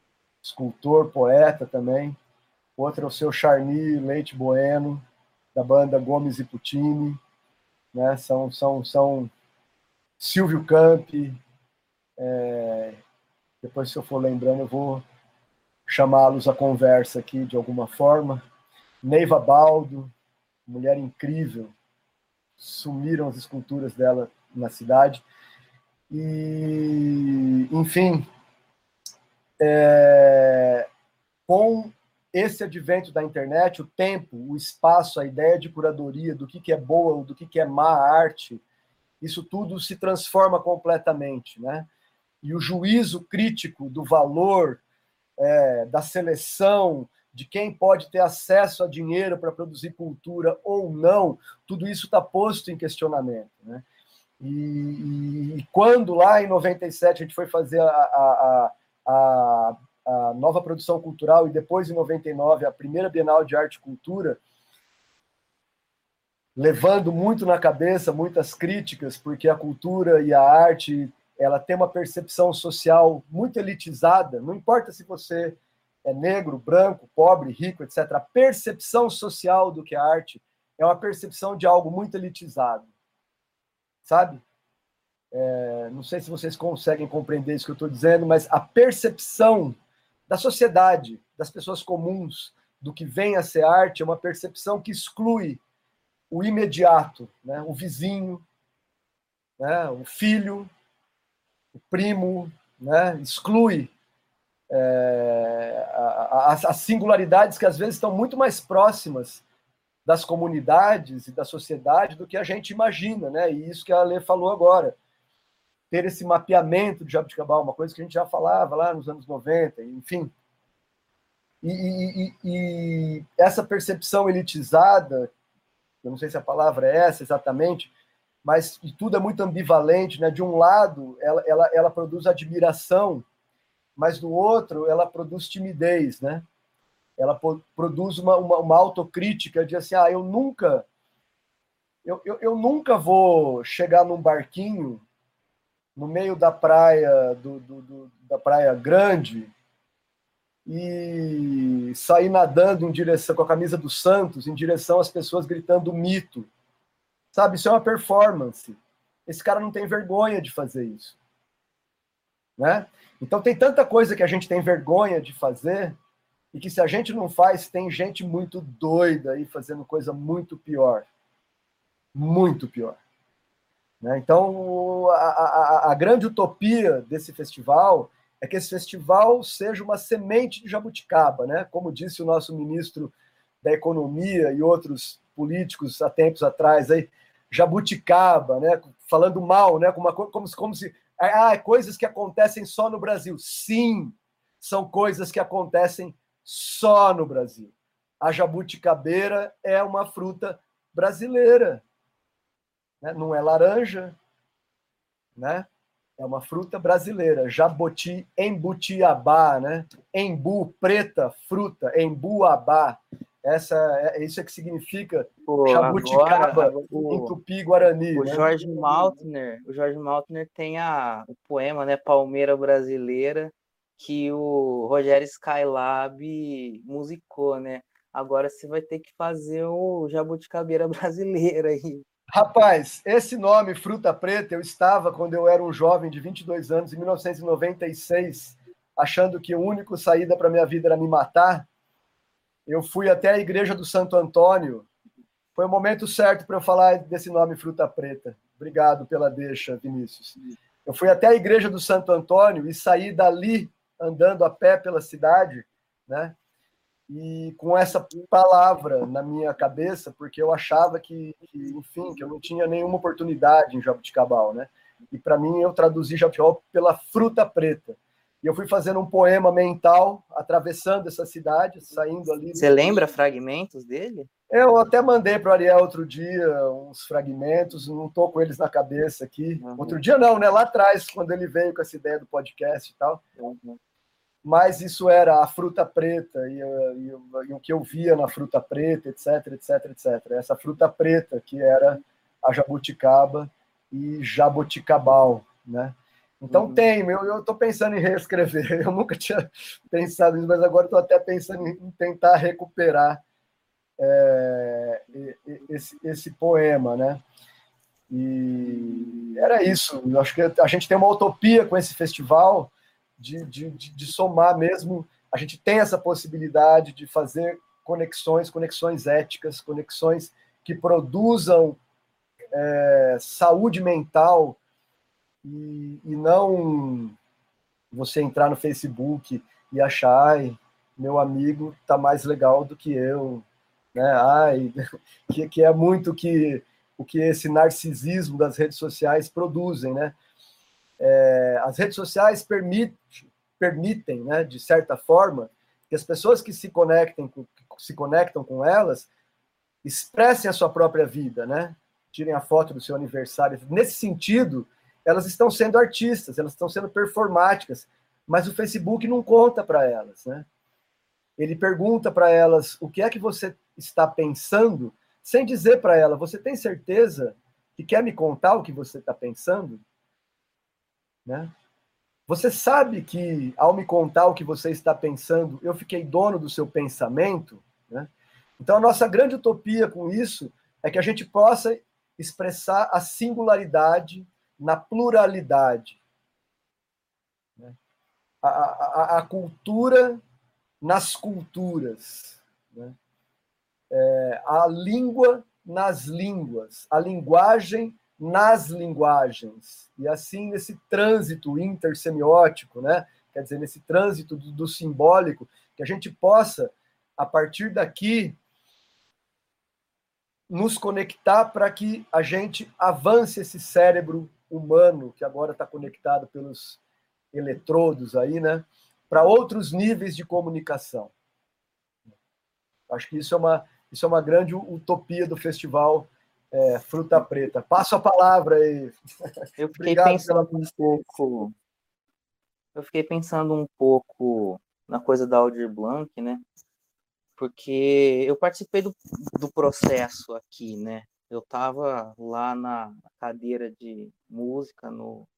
escultor, poeta também. Outro é o seu Charny Leite Bueno, da banda Gomes e Puccini, né? São, são, são Silvio Campi. É... Depois, se eu for lembrando, eu vou chamá-los à conversa aqui de alguma forma. Neiva Baldo, mulher incrível, sumiram as esculturas dela na cidade. E, enfim, é, com esse advento da internet, o tempo, o espaço, a ideia de curadoria, do que, que é boa, do que, que é má arte, isso tudo se transforma completamente, né? E o juízo crítico do valor, é, da seleção, de quem pode ter acesso a dinheiro para produzir cultura ou não, tudo isso está posto em questionamento, né? E, e, e quando lá em noventa e sete a gente foi fazer a, a, a, a nova produção cultural e depois em noventa e nove a primeira Bienal de Arte e Cultura, levando muito na cabeça muitas críticas, porque a cultura e a arte ela tem uma percepção social muito elitizada, não importa se você é negro, branco, pobre, rico, etcétera. A percepção social do que é arte é uma percepção de algo muito elitizado, sabe? É, não sei se vocês conseguem compreender isso que eu estou dizendo, mas a percepção da sociedade, das pessoas comuns, do que vem a ser arte, é uma percepção que exclui o imediato, né? O vizinho, né? O filho, o primo, né? Exclui é, as singularidades que às vezes estão muito mais próximas das comunidades e da sociedade do que a gente imagina, né? E isso que a Lê falou agora, ter esse mapeamento de Jabuticabal, uma coisa que a gente já falava lá nos anos noventa, enfim. E, e, e essa percepção elitizada, eu não sei se a palavra é essa exatamente, mas tudo é muito ambivalente, né? De um lado, ela, ela, ela produz admiração, mas do outro, ela produz timidez, né? Ela po- produz uma, uma, uma autocrítica de assim, ah, eu nunca, eu, eu, eu nunca vou chegar num barquinho no meio da praia, do, do, do, da praia grande e sair nadando em direção, com a camisa do Santos, em direção às pessoas gritando mito. Sabe, isso é uma performance. Esse cara não tem vergonha de fazer isso, né? Então tem tanta coisa que a gente tem vergonha de fazer e que se a gente não faz, tem gente muito doida aí fazendo coisa muito pior. Muito pior. Né? Então, a, a, a grande utopia desse festival é que esse festival seja uma semente de jabuticaba, né? Como disse o nosso ministro da Economia e outros políticos há tempos atrás, aí, jabuticaba, né? Falando mal, né? Como, uma, como, como se... Ah, coisas que acontecem só no Brasil. Sim, são coisas que acontecem só no Brasil. A jabuticabeira é uma fruta brasileira. Né? Não é laranja, né? É uma fruta brasileira. Jaboti, embutiabá, né? Embu, preta, fruta, embuabá. Essa, é, isso é que significa Pô, jabuticaba agora, o, em tupi-guarani. O né? Jorge Maltner, o Jorge Maltner tem a, o poema, né, Palmeira Brasileira, que o Rogério Skylab musicou, né? Agora você vai ter que fazer o Jabuticabeira Brasileira aí. Rapaz, esse nome, Fruta Preta, eu estava, quando eu era um jovem de vinte e dois anos, em mil novecentos e noventa e seis, achando que a única saída para minha vida era me matar. Eu fui até a igreja do Santo Antônio. Foi o momento certo para eu falar desse nome Fruta Preta. Obrigado pela deixa, Vinícius. Eu fui até a igreja do Santo Antônio e saí dali andando a pé pela cidade, né? E com essa palavra na minha cabeça, porque eu achava que, que enfim, que eu não tinha nenhuma oportunidade em Jabuticabal, né? E para mim eu traduzi Jabuticabal pela Fruta Preta. E eu fui fazendo um poema mental, atravessando essa cidade, saindo ali... Você lembra fragmentos dele? Eu até mandei para o Ariel outro dia uns fragmentos, não estou com eles na cabeça aqui. Uhum. Outro dia não, né? Lá atrás, quando ele veio com essa ideia do podcast e tal. Uhum. Mas isso era a Fruta Preta, e, e, e o que eu via na Fruta Preta, etc, etc, etcétera. Essa Fruta Preta, que era a jabuticaba e jabuticabal, né? Então Uhum. tem, eu estou pensando em reescrever, eu nunca tinha pensado nisso, mas agora estou até pensando em tentar recuperar é, esse, esse poema, né? E era isso, eu acho que a gente tem uma utopia com esse festival de, de, de somar mesmo, a gente tem essa possibilidade de fazer conexões, conexões éticas, conexões que produzam é, saúde mental e, e não você entrar no Facebook e achar, ai, meu amigo tá mais legal do que eu, né? Ai, que, que é muito que, o que esse narcisismo das redes sociais produzem, né? É, as redes sociais permitem, permitem, né, de certa forma, que as pessoas que se conectem, que se conectam com elas expressem a sua própria vida, né? Tirem a foto do seu aniversário. Nesse sentido, elas estão sendo artistas, elas estão sendo performáticas, mas o Facebook não conta para elas, né? Ele pergunta para elas o que é que você está pensando, sem dizer para ela, você tem certeza que quer me contar o que você está pensando? Né? Você sabe que, ao me contar o que você está pensando, eu fiquei dono do seu pensamento? Né? Então, a nossa grande utopia com isso é que a gente possa expressar a singularidade na pluralidade. Né? A, a, a cultura nas culturas. Né? É, a língua nas línguas. A linguagem nas linguagens. E assim, nesse trânsito intersemiótico, né? Quer dizer, nesse trânsito do, do simbólico, que a gente possa, a partir daqui, nos conectar para que a gente avance esse cérebro humano, que agora está conectado pelos eletrodos aí, né? Para outros níveis de comunicação. Acho que isso é uma, isso é uma grande utopia do festival é, Fruta Preta. Passo a palavra aí. Eu fiquei Obrigado pensando pela... um pouco, eu fiquei pensando um pouco na coisa da Aldir Blanc, né? Porque eu participei do, do processo aqui, né? Eu estava lá na cadeira de música no,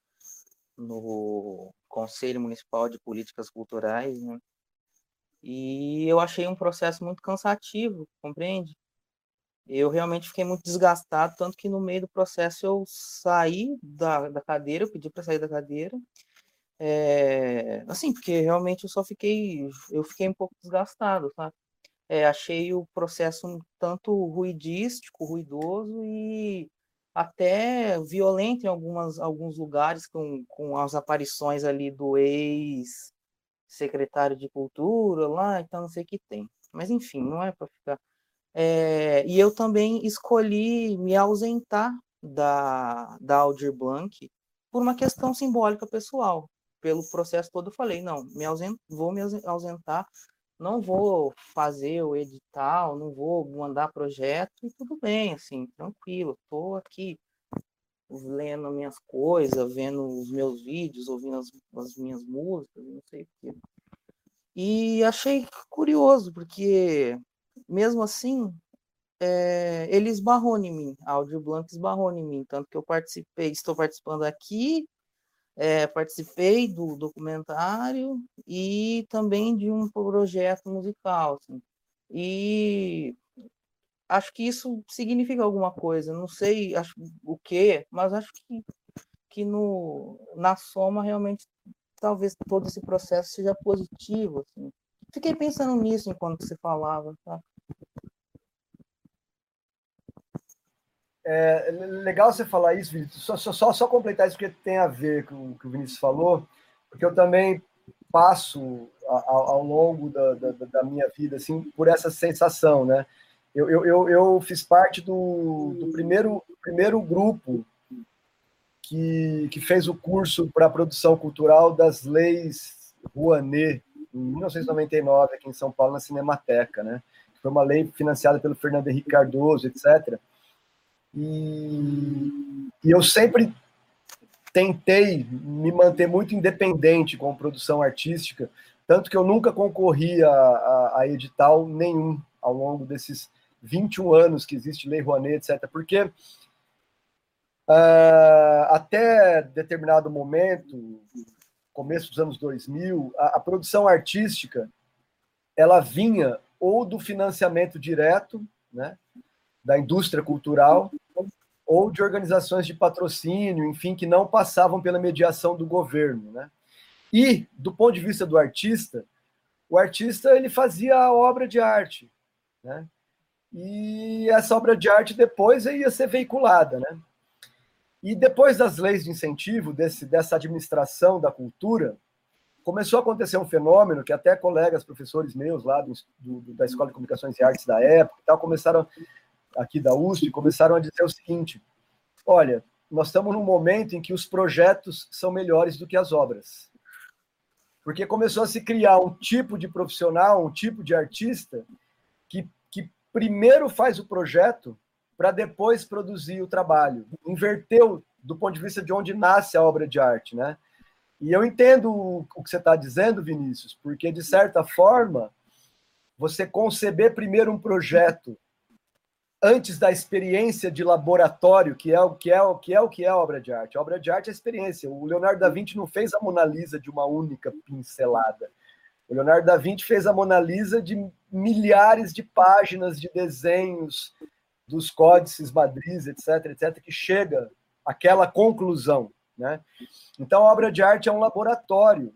no Conselho Municipal de Políticas Culturais, né? E eu achei um processo muito cansativo, compreende? Eu realmente fiquei muito desgastado, tanto que no meio do processo eu saí da, da cadeira, eu pedi para sair da cadeira, é, assim, porque realmente eu só fiquei, eu fiquei um pouco desgastado, sabe? É, achei o processo um tanto ruidístico, ruidoso e até violento em algumas, alguns lugares, com, com as aparições ali do ex-secretário de Cultura lá, então não sei o que tem. Mas enfim, não é para ficar. É, e eu também escolhi me ausentar da, da Aldir Blanc por uma questão simbólica pessoal. Pelo processo todo, eu falei: não, me ausent, vou me ausentar, não vou fazer o edital, não vou mandar projeto, e tudo bem, assim, tranquilo, estou aqui lendo minhas coisas, vendo os meus vídeos, ouvindo as, as minhas músicas, não sei o quê. E achei curioso, porque mesmo assim, é, ele esbarrou em mim, a Aldir Blanc esbarrou em mim, tanto que eu participei, estou participando aqui, é, participei do documentário e também de um projeto musical, assim. E acho que isso significa alguma coisa, não sei acho, o que, mas acho que, que no, na soma realmente talvez todo esse processo seja positivo, assim. Fiquei pensando nisso enquanto você falava, tá? É legal você falar isso, Vinícius. Só, só, só completar isso, porque tem a ver com o que o Vinícius falou, porque eu também passo ao, ao longo da, da, da minha vida assim, por essa sensação, né? Eu, eu, eu, eu fiz parte do, do primeiro, primeiro grupo que, que fez o curso para produção cultural das leis Rouanet, em mil novecentos e noventa e nove, aqui em São Paulo, na Cinemateca, né? Foi uma lei financiada pelo Fernando Henrique Cardoso, etcétera. E, e eu sempre tentei me manter muito independente com produção artística, tanto que eu nunca concorri a, a, a edital nenhum ao longo desses vinte e um anos que existe Lei Rouanet, etcétera. Porque Uh, até determinado momento, começo dos anos dois mil, a, a produção artística ela vinha ou do financiamento direto, né, da indústria cultural, ou de organizações de patrocínio, enfim, que não passavam pela mediação do governo, né? E, do ponto de vista do artista, o artista ele fazia a obra de arte, né? E essa obra de arte depois ia ser veiculada, né? E depois das leis de incentivo, desse, dessa administração da cultura, começou a acontecer um fenômeno que até colegas, professores meus lá do, do, da Escola de Comunicações e Artes da época, tal, começaram, aqui da U S P, começaram a dizer o seguinte: olha, nós estamos num momento em que os projetos são melhores do que as obras. Porque começou a se criar um tipo de profissional, um tipo de artista, que, que primeiro faz o projeto para depois produzir o trabalho. Inverteu do ponto de vista de onde nasce a obra de arte, né? E eu entendo o que você está dizendo, Vinícius, porque, de certa forma, você conceber primeiro um projeto antes da experiência de laboratório, que é o que é o que é o que é a obra de arte. A obra de arte é a experiência. O Leonardo da Vinci não fez a Mona Lisa de uma única pincelada. O Leonardo da Vinci fez a Mona Lisa de milhares de páginas de desenhos dos códices Madriz, etc, etc, que chega àquela conclusão, né? Então, a obra de arte é um laboratório.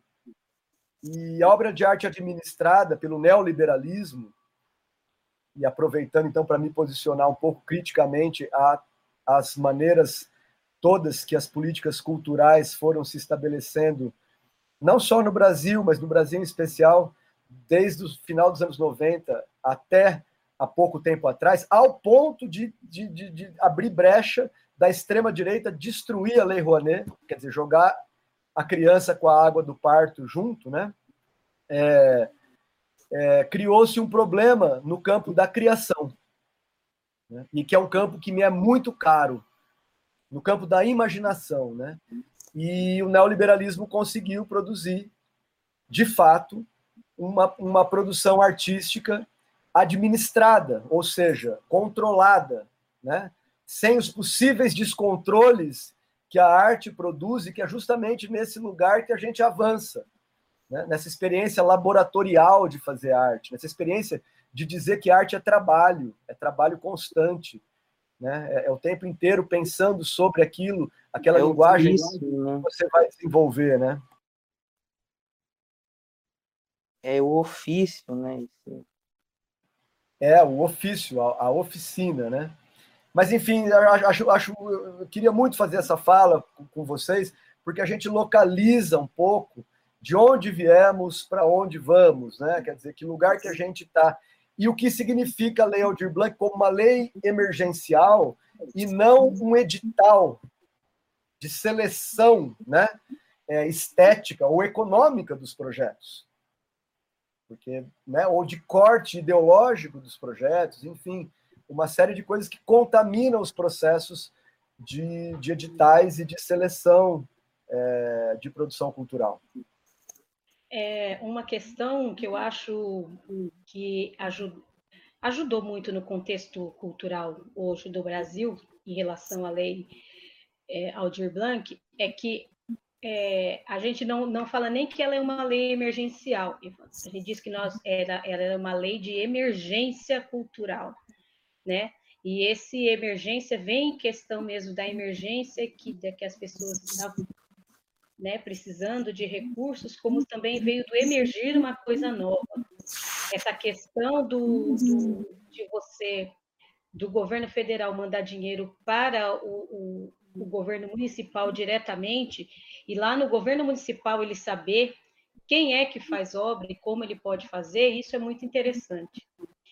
E a obra de arte administrada pelo neoliberalismo, e aproveitando, então, para me posicionar um pouco criticamente a, as maneiras todas que as políticas culturais foram se estabelecendo, não só no Brasil, mas no Brasil em especial, desde o final dos anos noventa até há pouco tempo atrás, ao ponto de, de, de, de abrir brecha da extrema-direita, destruir a Lei Rouanet, quer dizer, jogar a criança com a água do parto junto, né? É, é, criou-se um problema no campo da criação, né? E que é um campo que me é muito caro, no campo da imaginação, né? E o neoliberalismo conseguiu produzir, de fato, uma, uma produção artística administrada, ou seja, controlada, né? Sem os possíveis descontroles que a arte produz, e que é justamente nesse lugar que a gente avança, né? Nessa experiência laboratorial de fazer arte, nessa experiência de dizer que arte é trabalho, é trabalho constante, né? É, é o tempo inteiro pensando sobre aquilo, aquela é linguagem ofício, né? que você vai desenvolver, né? É o ofício, né? Isso. É, o ofício, a, a oficina, né? Mas, enfim, eu, acho, acho, eu queria muito fazer essa fala com, com vocês, porque a gente localiza um pouco de onde viemos para onde vamos, né? Quer dizer, que lugar que a gente está. E o que significa a Lei Aldir Blanc como uma lei emergencial e não um edital de seleção, né? É, estética ou econômica dos projetos. Porque, né, ou de corte ideológico dos projetos, enfim, uma série de coisas que contaminam os processos de, de editais e de seleção é, de produção cultural. É uma questão que eu acho que ajudou, ajudou muito no contexto cultural hoje do Brasil, em relação à lei é, Aldir Blanc, é que É, a gente não, não fala nem que ela é uma lei emergencial. A gente diz que nós, ela, ela é uma lei de emergência cultural, né? E esse emergência vem em questão mesmo da emergência que, de, que as pessoas estavam, né, precisando de recursos, como também veio do emergir uma coisa nova. Essa questão do, do, de você, do governo federal mandar dinheiro para o, o o governo municipal diretamente, e lá no governo municipal ele saber quem é que faz obra e como ele pode fazer, isso é muito interessante.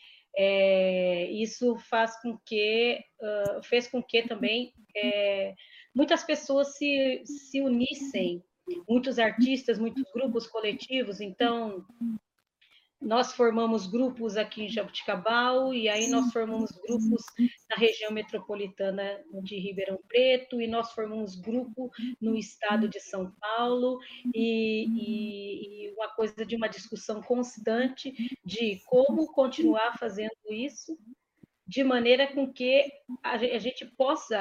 É, isso faz com que, uh, fez com que também é, muitas pessoas se, se unissem, muitos artistas, muitos grupos coletivos. Então, nós formamos grupos aqui em Jaboticabal, e aí nós formamos grupos na região metropolitana de Ribeirão Preto, e nós formamos grupo no estado de São Paulo, e, e, e uma coisa de uma discussão constante de como continuar fazendo isso, de maneira com que a gente possa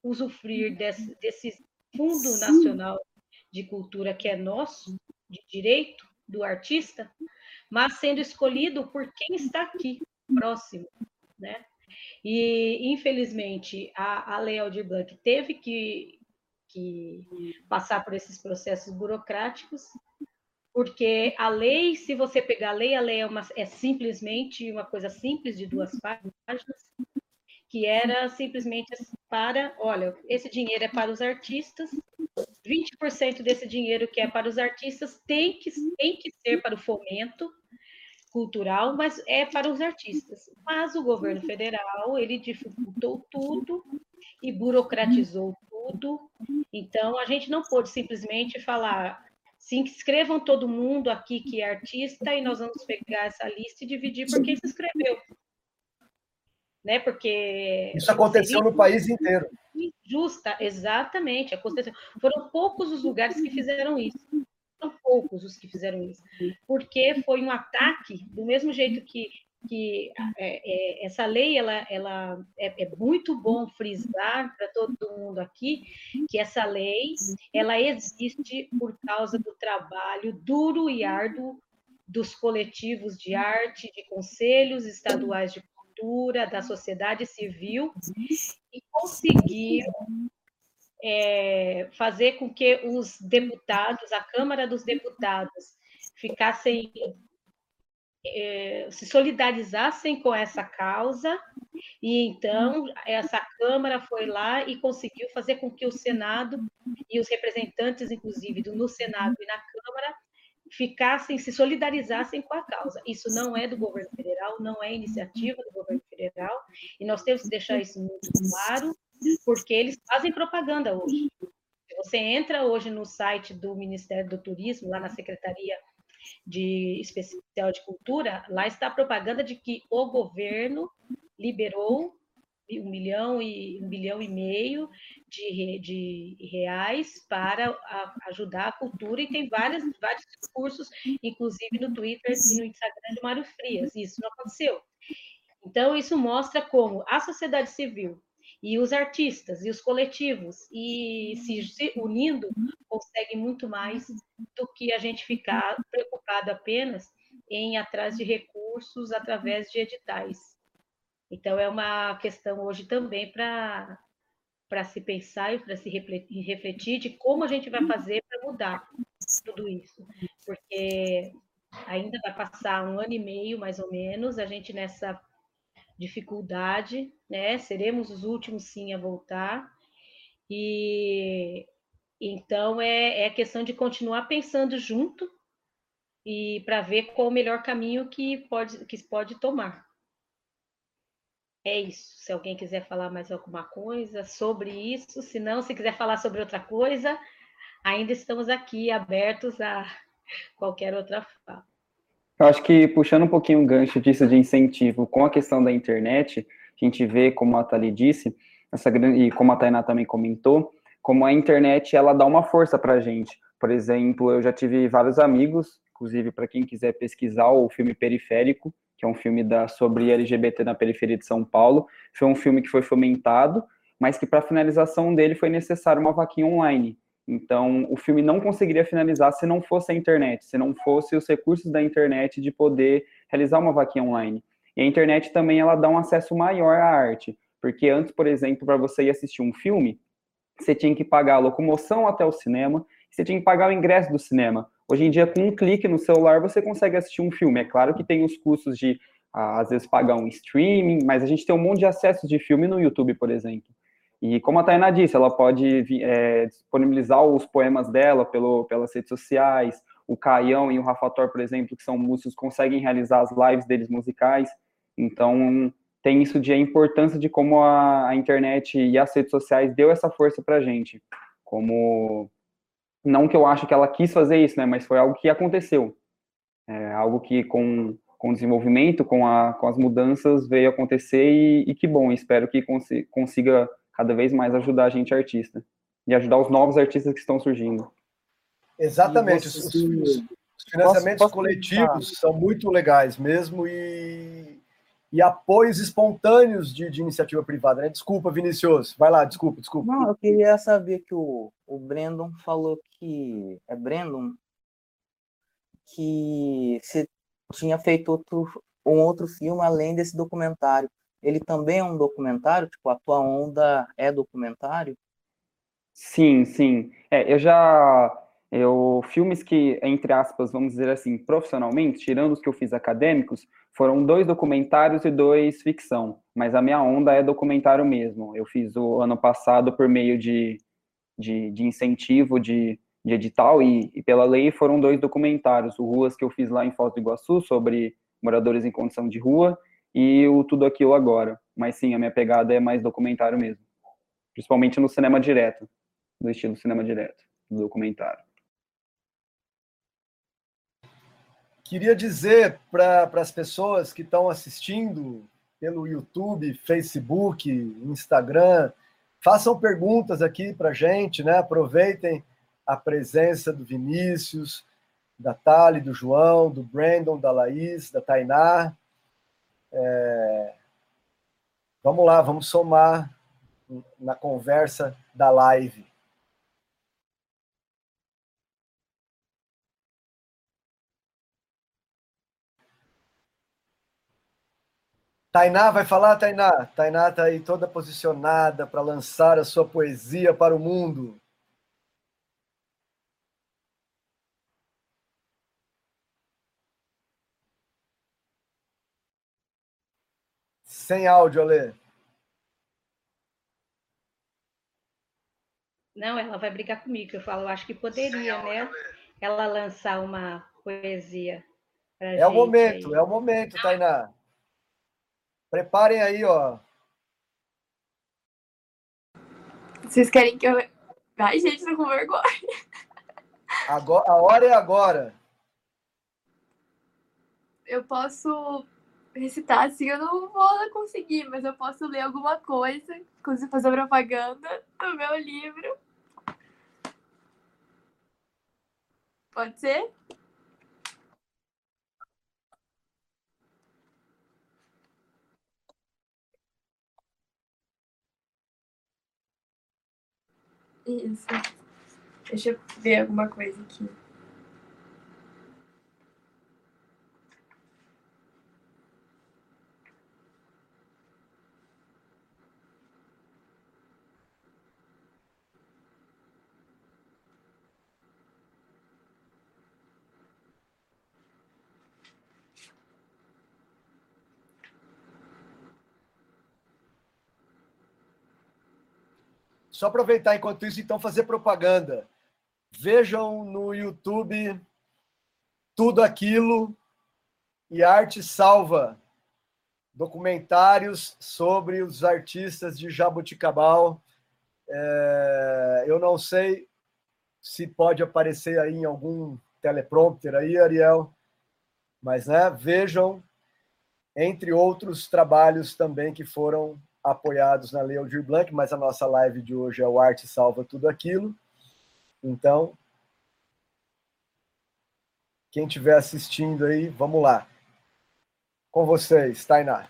usufruir desse, desse Fundo Nacional de Cultura que é nosso, de direito do artista, mas sendo escolhido por quem está aqui, próximo, né? E, infelizmente, a, a Lei Aldir Blanc teve que, que passar por esses processos burocráticos, porque a lei, se você pegar a lei, a lei é, uma, é simplesmente uma coisa simples, de duas páginas, que era simplesmente para, olha, esse dinheiro é para os artistas, vinte por cento desse dinheiro que é para os artistas tem que, tem que ser para o fomento cultural, mas é para os artistas. Mas o governo federal, ele dificultou tudo e burocratizou tudo. Então, a gente não pôde simplesmente falar, se inscrevam todo mundo aqui que é artista e nós vamos pegar essa lista e dividir por quem se inscreveu. Né? Porque isso aconteceu no país inteiro. Injusta, exatamente. Aconteceu. Foram poucos os lugares que fizeram isso. São poucos os que fizeram isso, porque foi um ataque, do mesmo jeito que, que é, é, essa lei, ela, ela é, é muito bom frisar para todo mundo aqui, que essa lei, ela existe por causa do trabalho duro e árduo dos coletivos de arte, de conselhos estaduais de cultura, da sociedade civil, e conseguiram É, fazer com que os deputados, a Câmara dos Deputados, ficassem, é, se solidarizassem com essa causa, e então essa Câmara foi lá e conseguiu fazer com que o Senado e os representantes, inclusive, do, no Senado e na Câmara, ficassem, se solidarizassem com a causa. Isso não é do governo federal, não é iniciativa do governo federal, e nós temos que deixar isso muito claro, porque eles fazem propaganda hoje. Se você entra hoje no site do Ministério do Turismo, lá na Secretaria de Especial de Cultura, lá está a propaganda de que o governo liberou um milhão e um bilhão e meio de, de reais para a, ajudar a cultura, e tem várias, vários discursos, inclusive no Twitter e no Instagram de Mário Frias. Isso não aconteceu. Então, isso mostra como a sociedade civil e os artistas e os coletivos, e se, se unindo, conseguem muito mais do que a gente ficar preocupado apenas em ir atrás de recursos através de editais. Então, é uma questão hoje também para para se pensar e para se refletir de como a gente vai fazer para mudar tudo isso. Porque ainda vai passar um ano e meio, mais ou menos, a gente nessa dificuldade, né? Seremos os últimos, sim, a voltar. E então é, é questão de continuar pensando junto e para ver qual o melhor caminho que pode, que pode tomar. É isso. Se alguém quiser falar mais alguma coisa sobre isso, se não, se quiser falar sobre outra coisa, ainda estamos aqui abertos a qualquer outra fala. Eu acho que, puxando um pouquinho o gancho disso de incentivo com a questão da internet, a gente vê, como a Thali disse, essa, e como a Tainá também comentou, como a internet, ela dá uma força para a gente. Por exemplo, eu já tive vários amigos, inclusive para quem quiser pesquisar o filme Periférico, que é um filme da, sobre L G B T na periferia de São Paulo. Foi um filme que foi fomentado, mas que para a finalização dele foi necessário uma vaquinha online. Então, o filme não conseguiria finalizar se não fosse a internet, se não fosse os recursos da internet de poder realizar uma vaquinha online. E a internet também, ela dá um acesso maior à arte, porque antes, por exemplo, para você ir assistir um filme, você tinha que pagar a locomoção até o cinema, você tinha que pagar o ingresso do cinema. Hoje em dia, com um clique no celular, você consegue assistir um filme. É claro que tem os custos de, às vezes, pagar um streaming, mas a gente tem um monte de acessos de filme no YouTube, por exemplo. E como a Tainá disse, ela pode é, disponibilizar os poemas dela pelo, pelas redes sociais. O Caião e o Rafa Thor, por exemplo, que são músicos, conseguem realizar as lives deles musicais. Então, tem isso de a importância de como a, a internet e as redes sociais deu essa força pra gente. Como, não que eu acho que ela quis fazer isso, né, mas foi algo que aconteceu. É algo que com, com o desenvolvimento, com, a, com as mudanças veio acontecer e, e que bom, espero que consiga, consiga cada vez mais ajudar a gente artista e ajudar os novos artistas que estão surgindo. Exatamente, você, os, os financiamentos posso, posso coletivos pensar. São muito legais mesmo, e, e apoios espontâneos de, de iniciativa privada, né? Desculpa, Vinícius. Vai lá, desculpa, desculpa. Não, eu queria saber que o, o Brandon falou que... É Brandon? Que você tinha feito outro, um outro filme além desse documentário. Ele também é um documentário? Tipo, A Tua Onda é documentário? Sim, sim. É, eu já... Eu, filmes que, entre aspas, vamos dizer assim, profissionalmente, tirando os que eu fiz acadêmicos, foram dois documentários e dois ficção. Mas a minha onda é documentário mesmo. Eu fiz o ano passado por meio de, de, de incentivo de, de edital e, e pela lei foram dois documentários. O Ruas, que eu fiz lá em Foz do Iguaçu, sobre moradores em condição de rua, e o Tudo Aquilo Agora. Mas sim, a minha pegada é mais documentário mesmo. Principalmente no cinema direto, do estilo cinema direto, do documentário. Queria dizer para as pessoas que estão assistindo pelo YouTube, Facebook, Instagram, façam perguntas aqui para a gente, né? Aproveitem a presença do Vinícius, da Thali, do João, do Brandon, da Laís, da Tainá. É... Vamos lá, vamos somar na conversa da live. Tainá vai falar, Tainá? Tainá está aí toda posicionada para lançar a sua poesia para o mundo. Sem áudio, Alê. Não, ela vai brigar comigo. Eu falo, eu acho que poderia, né? Ela lançar uma poesia pra gente. É o momento, aí. é o momento, Tainá. Preparem aí, ó. Vocês querem que eu... Ai, gente, tô com vergonha. Agora, a hora é agora. Eu posso recitar, assim, eu não vou conseguir, mas eu posso ler alguma coisa, inclusive fazer propaganda do meu livro. Pode ser? Isso. Deixa eu ver alguma coisa aqui. Só aproveitar enquanto isso, então, fazer propaganda. Vejam no YouTube Tudo Aquilo e Arte Salva, documentários sobre os artistas de Jaboticabal. É, eu não sei se pode aparecer aí em algum teleprompter aí, Ariel, mas né, vejam, entre outros trabalhos também que foram apoiados na Lei Aldir Blanc, mas a nossa live de hoje é o Arte Salva Tudo Aquilo. Então, quem estiver assistindo aí, vamos lá. Com vocês, Tainá.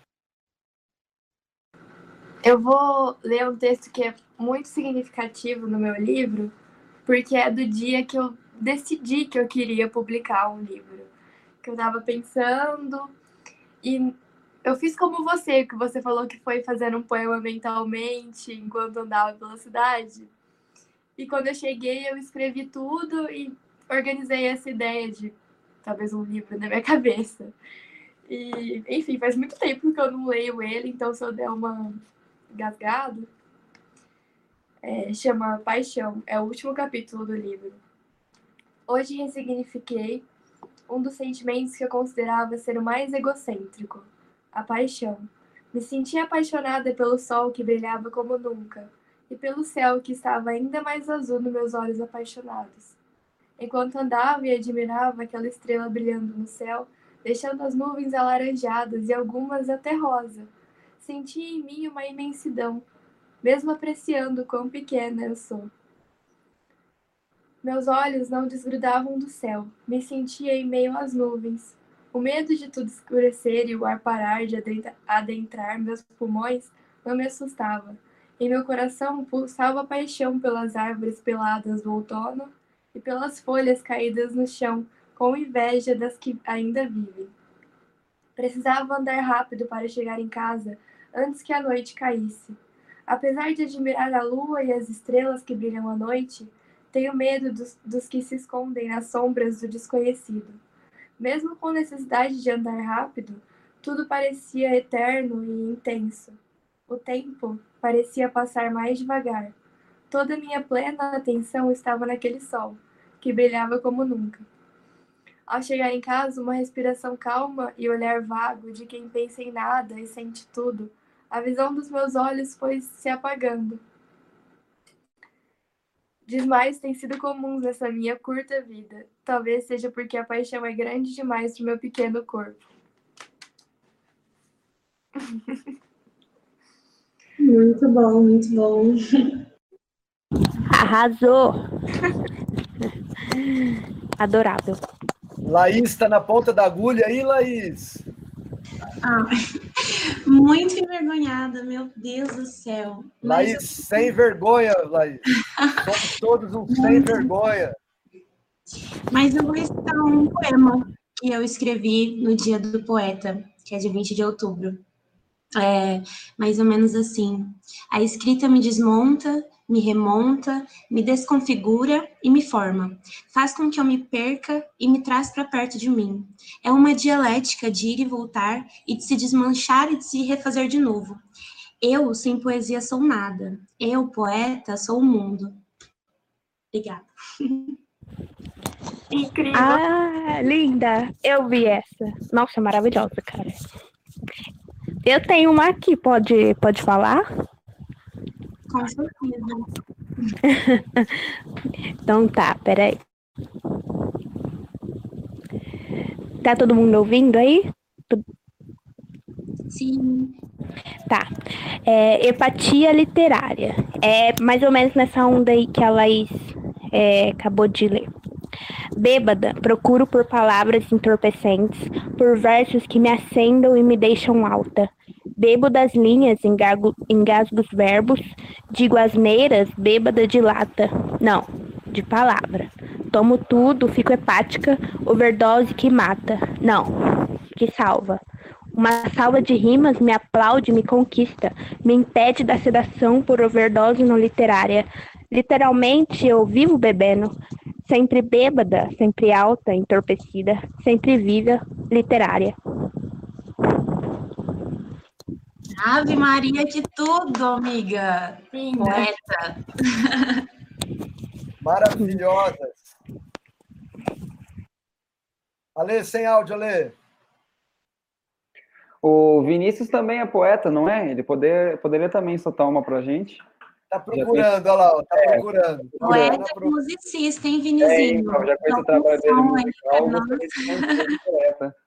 Eu vou ler um texto que é muito significativo no meu livro, porque é do dia que eu decidi que eu queria publicar um livro. Que eu estava pensando e eu fiz como você, que você falou que foi fazendo um poema mentalmente enquanto andava pela cidade. E quando eu cheguei, eu escrevi tudo e organizei essa ideia de talvez um livro na minha cabeça. E, enfim, faz muito tempo que eu não leio ele, então se eu der uma gasgada, é, chama Paixão, é o último capítulo do livro. Hoje ressignifiquei um dos sentimentos que eu considerava ser o mais egocêntrico, a paixão. Me senti apaixonada pelo sol que brilhava como nunca, e pelo céu que estava ainda mais azul nos meus olhos apaixonados. Enquanto andava e admirava aquela estrela brilhando no céu, deixando as nuvens alaranjadas e algumas até rosa, senti em mim uma imensidão, mesmo apreciando quão pequena eu sou. Meus olhos não desgrudavam do céu, me sentia em meio às nuvens. O medo de tudo escurecer e o ar parar de adentrar meus pulmões não me assustava. Em meu coração pulsava paixão pelas árvores peladas do outono e pelas folhas caídas no chão, com inveja das que ainda vivem. Precisava andar rápido para chegar em casa antes que a noite caísse. Apesar de admirar a lua e as estrelas que brilham à noite, tenho medo dos, dos que se escondem nas sombras do desconhecido. Mesmo com necessidade de andar rápido, tudo parecia eterno e intenso. O tempo parecia passar mais devagar. Toda minha plena atenção estava naquele sol, que brilhava como nunca. Ao chegar em casa, uma respiração calma e olhar vago de quem pensa em nada e sente tudo, a visão dos meus olhos foi se apagando. Desmaios têm sido comuns nessa minha curta vida. Talvez seja porque a paixão é grande demais para meu pequeno corpo. Muito bom, muito bom. Arrasou! Adorável. Laís está na ponta da agulha aí, Laís? Ah, muito envergonhada, meu Deus do céu. Laís, eu... sem vergonha, Laís. Somos todos um sem vergonha. Mas eu vou citar um poema que eu escrevi no Dia do Poeta, que é de vinte de outubro. É mais ou menos assim. A escrita me desmonta, me remonta, me desconfigura e me forma. Faz com que eu me perca e me traz para perto de mim. É uma dialética de ir e voltar e de se desmanchar e de se refazer de novo. Eu, sem poesia, sou nada. Eu, poeta, sou o mundo. Obrigada. Incrível. Ah, linda. Eu vi essa. Nossa, maravilhosa, cara. Eu tenho uma aqui, pode, pode falar? Com certeza. Então tá, peraí. Tá todo mundo ouvindo aí? Sim. Tá. É, empatia literária. É mais ou menos nessa onda aí que a Laís é, acabou de ler. Bêbada, procuro por palavras entorpecentes, por versos que me acendam e me deixam alta. Bebo das linhas, engasgo, engasgo os verbos, digo asneiras, bêbada de lata. Não, de palavra. Tomo tudo, fico hepática, overdose que mata. Não, que salva. Uma salva de rimas me aplaude, me conquista, me impede da sedação por overdose não literária. Literalmente, eu vivo bebendo, sempre bêbada, sempre alta, entorpecida, sempre viva, literária. Ave Maria, que tudo, amiga! Linda. Poeta. Maravilhosas. Alê, sem áudio, Alê. O Vinícius também é poeta, não é? Ele poder, poderia também soltar uma pra gente. Tá procurando, olha lá, tá é, procurando. Poeta tá pro... musicista, hein, Vinizinho? É, já conheço o trabalho dele musical, gostaria de poeta.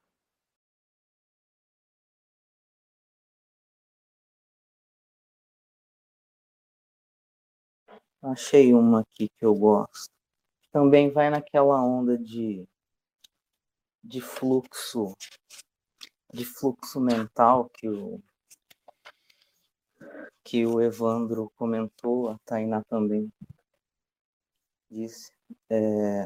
Achei uma aqui que eu gosto. Também vai naquela onda de, de fluxo, de fluxo mental que o, que o Evandro comentou, a Tainá também disse. É,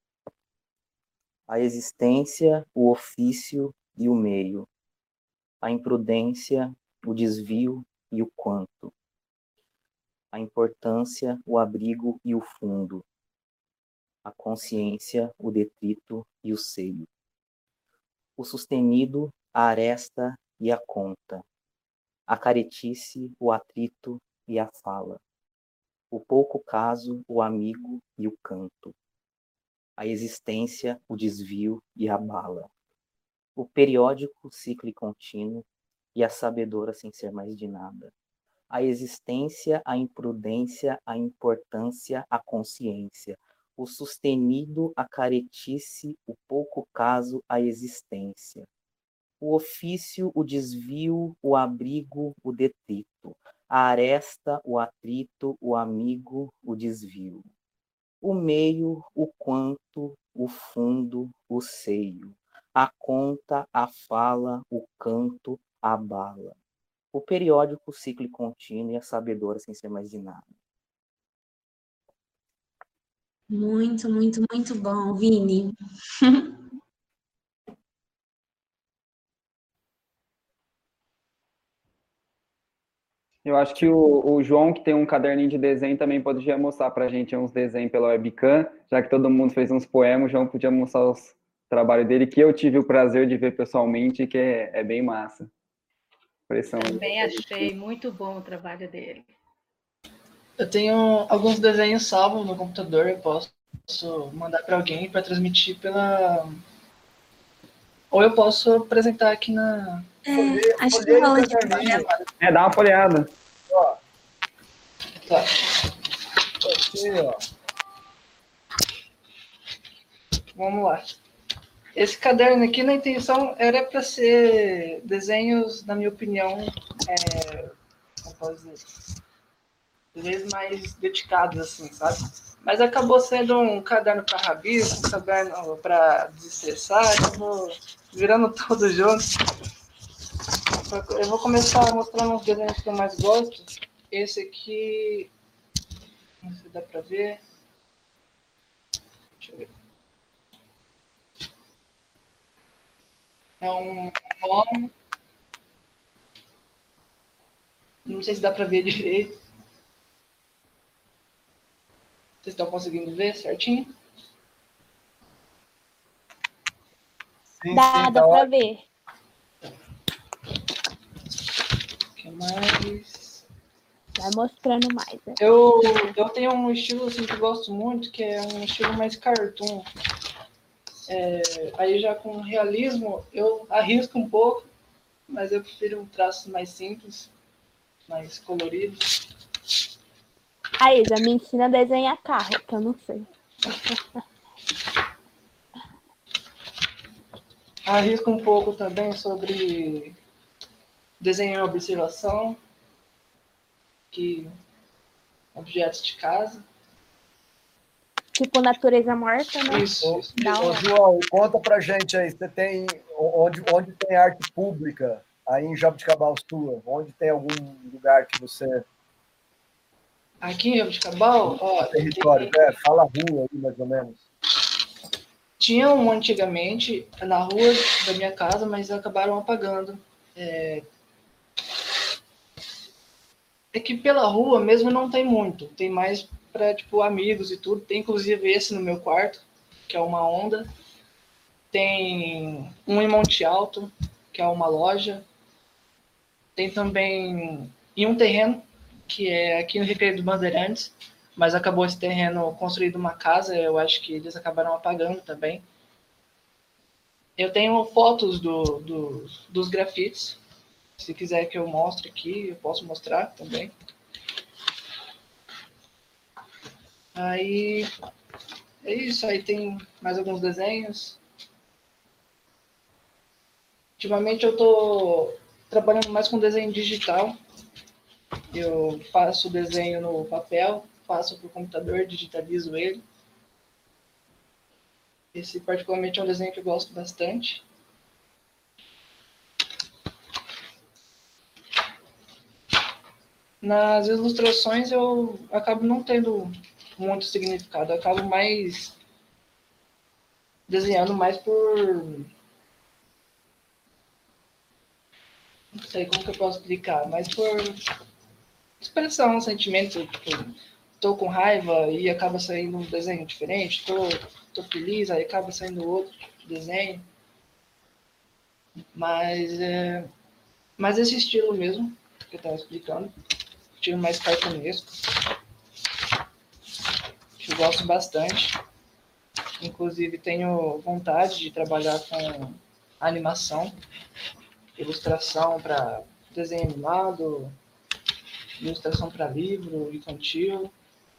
a existência, o ofício e o meio. A imprudência, o desvio e o quanto. A importância, o abrigo e o fundo. A consciência, o detrito e o seio. O sustenido, a aresta e a conta. A caretice, o atrito e a fala. O pouco caso, o amigo e o canto. A existência, o desvio e a bala. O periódico, ciclo e contínuo e a sabedora sem ser mais de nada. A existência, a imprudência, a importância, a consciência. O sustenido, a caretice, o pouco caso, a existência. O ofício, o desvio, o abrigo, o detrito. A aresta, o atrito, o amigo, o desvio. O meio, o quanto, o fundo, o seio. a conta, a fala, o canto, a bala. O periódico, o ciclo contínuo e a sabedora sem ser mais de nada. Muito, muito, muito bom, Vini. Eu acho que o, o João, que tem um caderninho de desenho, também podia mostrar para a gente uns desenhos pela webcam, já que todo mundo fez uns poemas, o João podia mostrar os trabalhos dele, que eu tive o prazer de ver pessoalmente, que é, é bem massa. Pressão. Também achei muito bom o trabalho dele. Eu tenho alguns desenhos salvos no computador, eu posso mandar para alguém para transmitir pela... Ou eu posso apresentar aqui na... É, acho que rola de É, dá uma folheada. Ó. Tá. Aqui, ó. Vamos lá. Esse caderno aqui, na intenção, era para ser desenhos, na minha opinião, é, como posso dizer, desenhos mais dedicados, assim, sabe? Mas acabou sendo um caderno para rabisco, um caderno para desestressar, acabou virando tudo junto. Eu vou começar mostrando os desenhos que eu mais gosto. Esse aqui, não sei se dá para ver. Deixa eu ver. É um homem. Não sei se dá para ver direito. Vocês estão conseguindo ver certinho? Sim, Dá, sim, dá tá pra ótimo. ver. O que mais? Vai mostrando mais. Né? Eu, eu tenho um estilo assim, que eu gosto muito, que é um estilo mais cartoon. É, aí já com realismo, eu arrisco um pouco, mas eu prefiro um traço mais simples, mais colorido. A Isa, me ensina a desenhar carro, que eu não sei. Arrisco um pouco também sobre desenho e observação, que objetos de casa. Tipo natureza morta, né? Isso, isso. Dá Ô, uma... João, conta pra gente aí, você tem onde, onde tem arte pública aí em Jabuticabal sua? Onde tem algum lugar que você... Aqui em Jabuticabal, ó, território, tem... né? Fala a rua aí, mais ou menos. Tinha um antigamente na rua da minha casa, mas acabaram apagando. É... é que pela rua mesmo não tem muito, tem mais para tipo amigos e tudo. Tem inclusive esse no meu quarto, que é uma onda. Tem um em Monte Alto, que é uma loja. Tem também em um terreno que é aqui no Recreio do Bandeirantes, mas acabou esse terreno construído uma casa, eu acho que eles acabaram apagando também. Eu tenho fotos do, do, dos grafites, se quiser que eu mostre aqui, eu posso mostrar também. Aí, é isso, aí tem mais alguns desenhos. Ultimamente eu tô trabalhando mais com desenho digital. Eu faço o desenho no papel, passo para o computador, digitalizo ele. Esse particularmente é um desenho que eu gosto bastante. Nas ilustrações eu acabo não tendo muito significado, eu acabo mais desenhando mais por... não sei como que eu posso explicar, mas por expressão, sentimento, tipo, tô com raiva e acaba saindo um desenho diferente, tô, tô feliz, aí acaba saindo outro desenho. Mas, é, mas esse estilo mesmo, que eu estava explicando, estilo mais cartunesco, que eu gosto bastante. Inclusive tenho vontade de trabalhar com animação, ilustração para desenho animado, ilustração para livro infantil.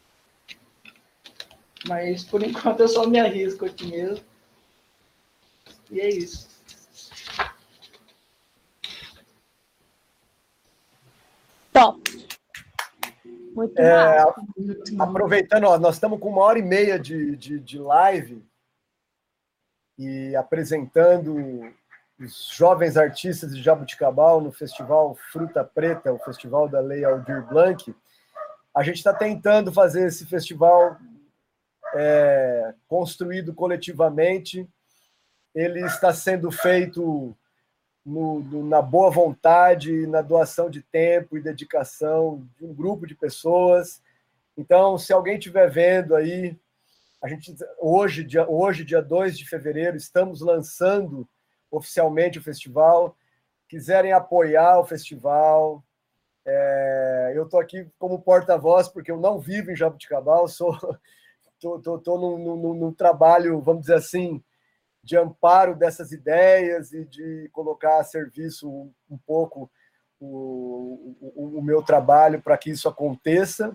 Mas por enquanto eu só me arrisco aqui mesmo. E é isso. Top. Muito É, massa. Muito bom. aproveitando, ó, nós estamos com uma hora e meia de, de, de live. e apresentando os jovens artistas de Jaboticabal no Festival Fruta Preta, o festival da Lei Aldir Blanc. A gente está tentando fazer esse festival é, construído coletivamente. Ele está sendo feito no, no, na boa vontade, na doação de tempo e dedicação de um grupo de pessoas. Então, se alguém estiver vendo aí, a gente, hoje, dia, hoje, dia dois de fevereiro, estamos lançando oficialmente o festival. Quiserem apoiar o festival, é, eu estou aqui como porta-voz, porque eu não vivo em Jaboticabal, sou tô, tô, tô num, num, num trabalho, vamos dizer assim, de amparo dessas ideias e de colocar a serviço um, um pouco o, o, o meu trabalho para que isso aconteça.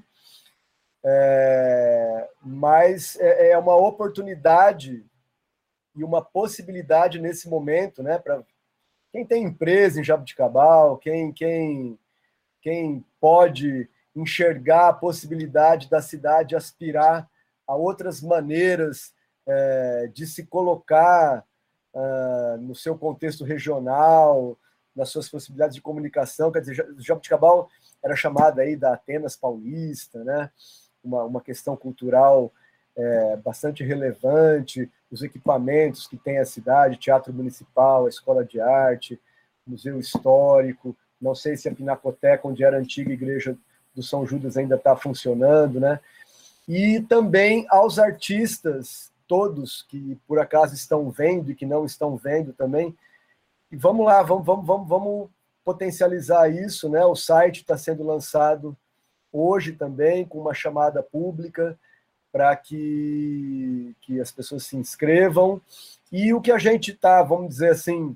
É, mas é, é uma oportunidade e uma possibilidade nesse momento, né, para quem tem empresa em Jaboticabal, quem, quem, quem pode enxergar a possibilidade da cidade aspirar a outras maneiras é, de se colocar uh, no seu contexto regional, nas suas possibilidades de comunicação. Quer dizer, Jaboticabal era chamada aí da Atenas Paulista, né? Uma, uma questão cultural é, bastante relevante, os equipamentos que tem a cidade, Teatro Municipal, a Escola de Arte, Museu Histórico, não sei se a Pinacoteca, onde era a antiga igreja do São Judas, ainda está funcionando, né? E também aos artistas, todos que por acaso estão vendo e que não estão vendo também. E vamos lá, vamos, vamos, vamos, vamos potencializar isso, né? O site está sendo lançado hoje também, com uma chamada pública para que, que as pessoas se inscrevam. E o que a gente está, vamos dizer assim,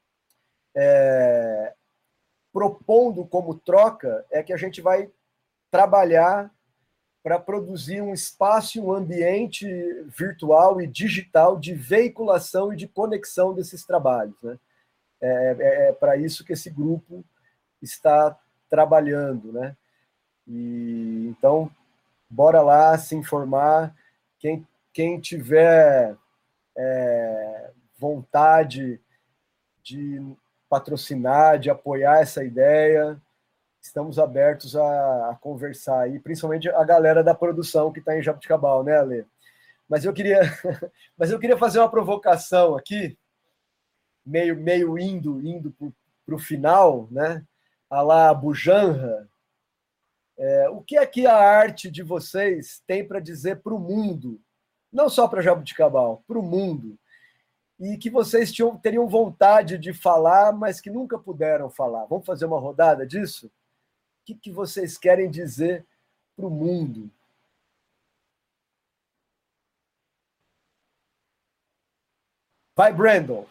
é, propondo como troca é que a gente vai trabalhar para produzir um espaço, um ambiente virtual e digital de veiculação e de conexão desses trabalhos, né? É, é, é para isso que esse grupo está trabalhando, né? E, então, bora lá se informar. Quem, quem tiver é, vontade de patrocinar, de apoiar essa ideia, estamos abertos a, a conversar aí, principalmente a galera da produção que está em Jaboticabal, né, Ale? Mas eu queria, mas eu queria fazer uma provocação aqui, meio, meio indo, indo para o final, né? A lá Bujanra. É, o que é que a arte de vocês tem para dizer para o mundo, não só para Jaboticabal, para o mundo, e que vocês tinham, teriam vontade de falar, mas que nunca puderam falar? Vamos fazer uma rodada disso? O que, que vocês querem dizer para o mundo? Vai, Brandon.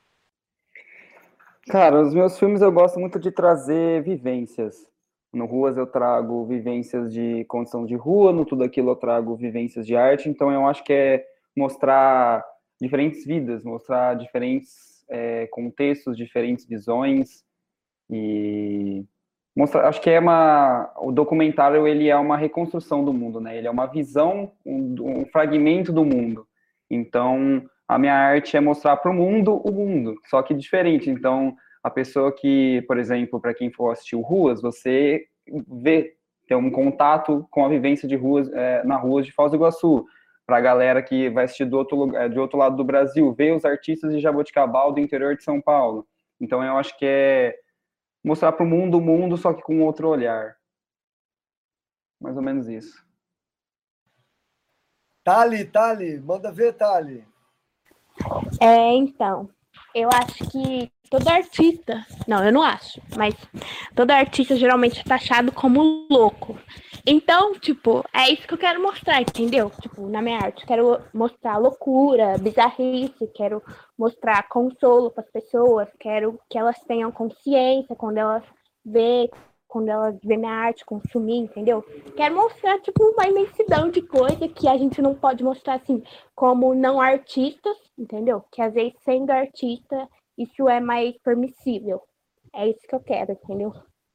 Cara, os meus filmes eu gosto muito de trazer vivências. No Ruas eu trago vivências de condição de rua, no Tudo Aquilo eu trago vivências de arte, então eu acho que é mostrar diferentes vidas, mostrar diferentes é, contextos, diferentes visões, e mostrar, acho que é uma, o documentário ele é uma reconstrução do mundo, né? Ele é uma visão, um, um fragmento do mundo. Então, a minha arte é mostrar para o mundo o mundo, só que diferente. Então, a pessoa que, por exemplo, para quem for assistir o Ruas, você vê, tem um contato com a vivência de ruas, é, na Ruas de Foz do Iguaçu. Para a galera que vai assistir do outro, lugar, de outro lado do Brasil, ver os artistas de Jaboticabal do interior de São Paulo. Então, eu acho que é mostrar para o mundo o mundo, só que com outro olhar. Mais ou menos isso. Thali, Thali, manda ver, Thali. É, então, eu acho que todo artista, não, eu não acho, mas todo artista geralmente é taxado como louco. Então, tipo, é isso que eu quero mostrar, entendeu? Tipo, na minha arte, eu quero mostrar loucura, bizarrice, quero mostrar consolo para as pessoas, quero que elas tenham consciência quando elas vê, quando elas vê minha arte, consumir, entendeu? Quero mostrar, tipo, uma imensidão de coisa que a gente não pode mostrar, assim, como não artistas, entendeu? Que às vezes, sendo artista, isso é mais permissível. É isso que eu quero, entendeu?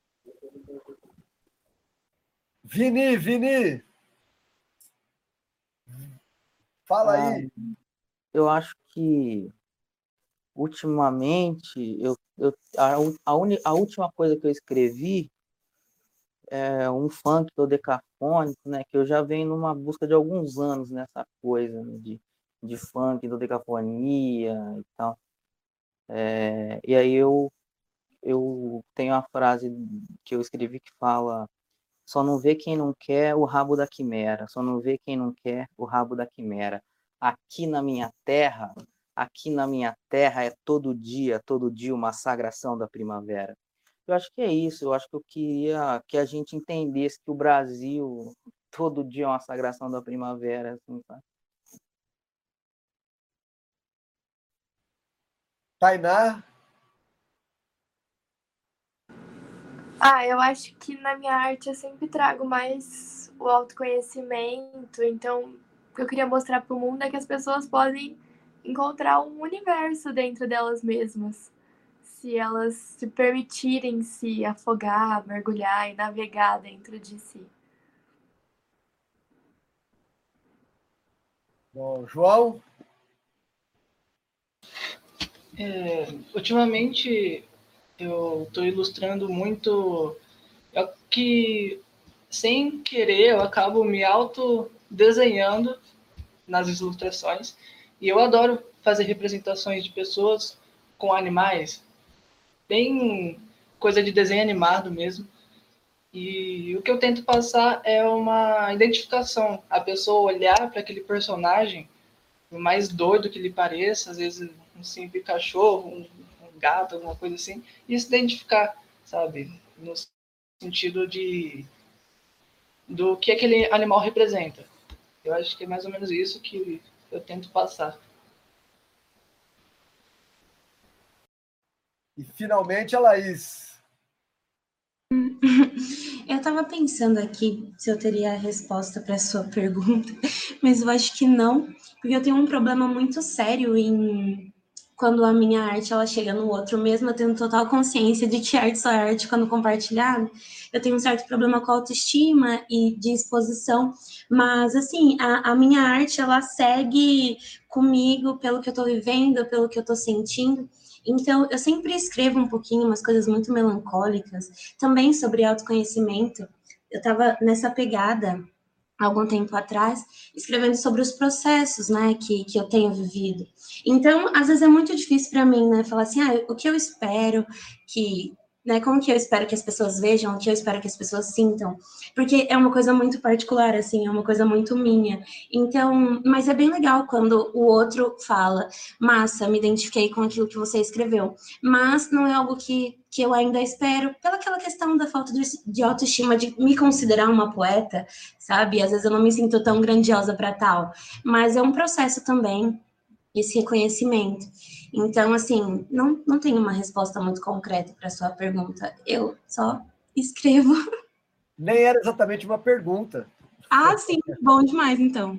Vini, Vini! Fala Ah, aí. eu acho que ultimamente eu, eu a, a, uni, a última coisa que eu escrevi é um funk dodecafônico, né, que eu já venho numa busca de alguns anos nessa coisa, né, de, de funk, dodecafonia e tal. É, e aí eu, eu tenho a frase que eu escrevi que fala: só não vê quem não quer o rabo da quimera, só não vê quem não quer o rabo da quimera. Aqui na minha terra, aqui na minha terra é todo dia, todo dia uma sagração da primavera. Eu acho que é isso, eu acho que eu queria que a gente entendesse que o Brasil, todo dia é uma sagração da primavera. Assim, tá? Tainá? Ah, eu acho que na minha arte eu sempre trago mais o autoconhecimento, então o que eu queria mostrar para o mundo é que as pessoas podem encontrar um universo dentro delas mesmas, se elas se permitirem se afogar, mergulhar e navegar dentro de si. Bom, João? É, ultimamente eu estou ilustrando muito é que, sem querer, eu acabo me auto-desenhando nas ilustrações. E eu adoro fazer representações de pessoas com animais, bem coisa de desenho animado mesmo. E o que eu tento passar é uma identificação. A pessoa olhar para aquele personagem, o mais doido que lhe pareça, às vezes um simples cachorro, um, um gato, alguma coisa assim, e se identificar, sabe? No sentido de do que aquele animal representa. Eu acho que é mais ou menos isso que eu tento passar. E finalmente a Laís. Eu estava pensando aqui se eu teria a resposta para a sua pergunta, mas eu acho que não, porque eu tenho um problema muito sério em quando a minha arte ela chega no outro, mesmo eu tendo total consciência de que arte só é arte quando compartilhada, eu tenho um certo problema com a autoestima e de exposição, mas assim, a, a minha arte ela segue comigo pelo que eu estou vivendo, pelo que eu estou sentindo. Então, eu sempre escrevo um pouquinho, umas coisas muito melancólicas, também sobre autoconhecimento. Eu estava nessa pegada há algum tempo atrás, escrevendo sobre os processos, né, que, que eu tenho vivido. Então, às vezes é muito difícil para mim, né, falar assim, ah, o que eu espero que, né, como que eu espero que as pessoas vejam, o que eu espero que as pessoas sintam, porque é uma coisa muito particular, assim, é uma coisa muito minha. Então, mas é bem legal quando o outro fala, massa, me identifiquei com aquilo que você escreveu, mas não é algo que, que eu ainda espero, pela aquela questão da falta de, de autoestima, de me considerar uma poeta, sabe? Às vezes eu não me sinto tão grandiosa para tal, mas é um processo também, esse reconhecimento. Então, assim, não, não tenho uma resposta muito concreta para a sua pergunta. Eu só escrevo. Nem era exatamente uma pergunta. Ah, sim, bom demais, então.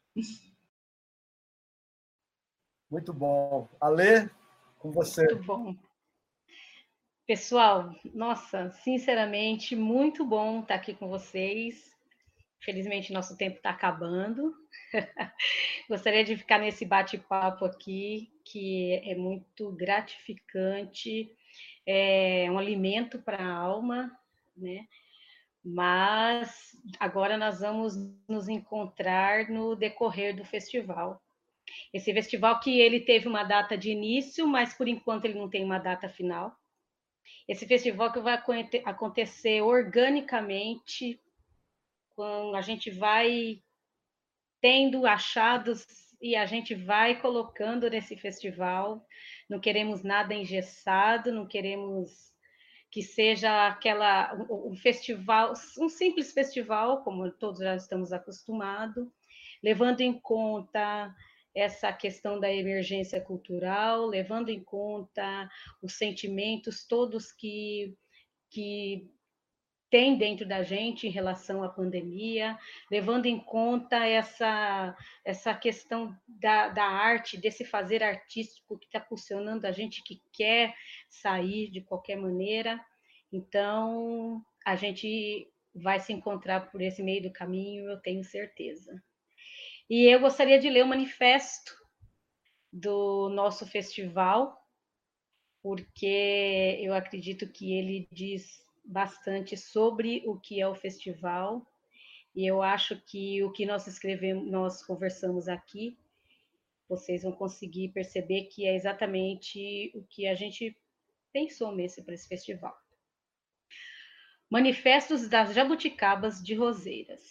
Muito bom. Alê, com você. Muito bom. Pessoal, nossa, sinceramente, muito bom estar aqui com vocês. Felizmente, nosso tempo está acabando. Gostaria de ficar nesse bate-papo aqui, que é muito gratificante, é um alimento para a alma, né? Mas agora nós vamos nos encontrar no decorrer do festival. Esse festival que ele teve uma data de início, mas por enquanto ele não tem uma data final. Esse festival que vai acontecer organicamente, quando a gente vai tendo achados e a gente vai colocando nesse festival. Não queremos nada engessado, não queremos que seja aquela um festival, um simples festival, como todos já estamos acostumados, levando em conta essa questão da emergência cultural, levando em conta os sentimentos todos que, que tem dentro da gente em relação à pandemia, levando em conta essa, essa questão da, da arte, desse fazer artístico que está funcionando a gente que quer sair de qualquer maneira. Então, a gente vai se encontrar por esse meio do caminho, eu tenho certeza. E eu gostaria de ler o manifesto do nosso festival, porque eu acredito que ele diz bastante sobre o que é o festival, e eu acho que o que nós escrevemos, nós conversamos aqui, vocês vão conseguir perceber que é exatamente o que a gente pensou mesmo para esse festival. Manifestos das Jabuticabas de Roseiras.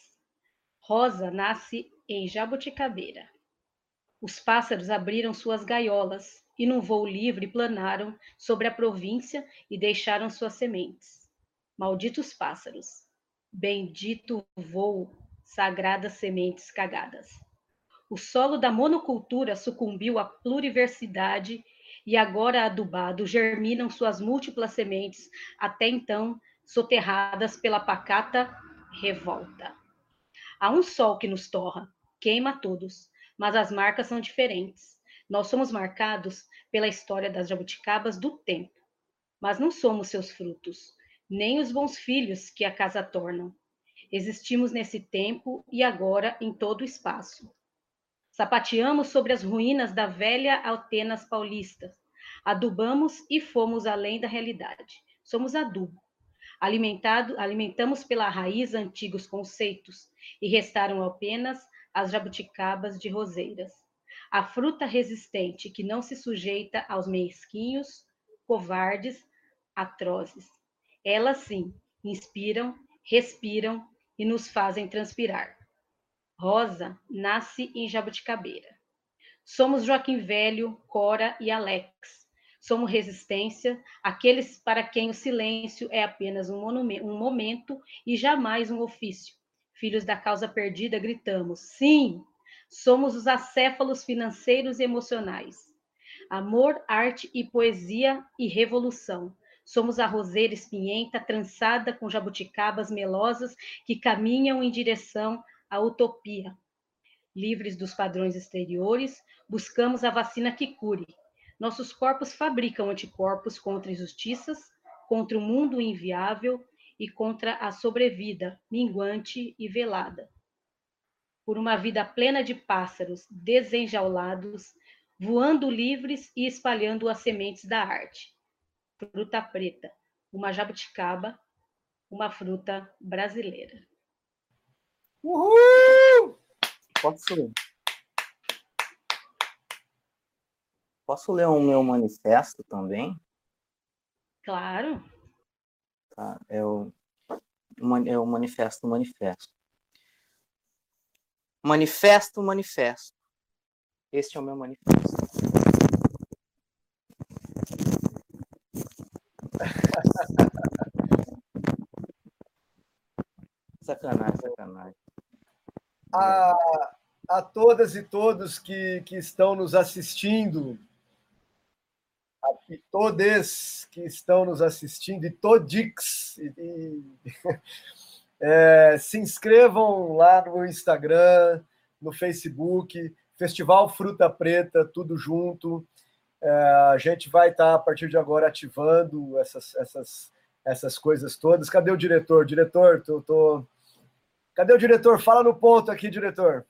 Rosa nasce em Jabuticabeira. Os pássaros abriram suas gaiolas e num voo livre planaram sobre a província e deixaram suas sementes. Malditos pássaros, bendito voo, sagradas sementes cagadas. O solo da monocultura sucumbiu à pluriversidade e agora adubado germinam suas múltiplas sementes, até então soterradas pela pacata revolta. Há um sol que nos torra, queima todos, mas as marcas são diferentes. Nós somos marcados pela história das jabuticabas do tempo, mas não somos seus frutos, nem os bons filhos que a casa tornam. Existimos nesse tempo e agora em todo o espaço. Sapateamos sobre as ruínas da velha Atenas paulista. Adubamos e fomos além da realidade. Somos adubo. Alimentado, alimentamos pela raiz antigos conceitos e restaram apenas as jabuticabas de roseiras. A fruta resistente que não se sujeita aos mesquinhos, covardes, atrozes. Elas sim inspiram, respiram e nos fazem transpirar. Rosa nasce em Jabuticabeira. Somos Joaquim Velho, Cora e Alex. Somos resistência, aqueles para quem o silêncio é apenas um, monumento, um momento e jamais um ofício. Filhos da causa perdida, gritamos. Sim, somos os acéfalos financeiros e emocionais. Amor, arte e poesia e revolução. Somos a roseira espinhenta trançada com jabuticabas melosas que caminham em direção à utopia. Livres dos padrões exteriores, buscamos a vacina que cure. Nossos corpos fabricam anticorpos contra injustiças, contra o mundo inviável e contra a sobrevida minguante e velada. Por uma vida plena de pássaros desenjaulados, voando livres e espalhando as sementes da arte. Fruta preta, uma jabuticaba, uma fruta brasileira. Uhul! Posso ler? Posso ler o meu manifesto também? Claro. Tá, é o, é o manifesto, o manifesto. Manifesto, manifesto. Este é o meu manifesto. Sacanagem, sacanagem. A, a todas e todos que, que estão nos assistindo, e todes que estão nos assistindo, e todix, e, e, é, se inscrevam lá no Instagram, no Facebook, Festival Fruta Preta, tudo junto. É, a gente vai estar, a partir de agora, ativando essas, essas, essas coisas todas. Cadê o diretor? Diretor, tô, tô... Cadê o diretor? Fala no ponto aqui, diretor.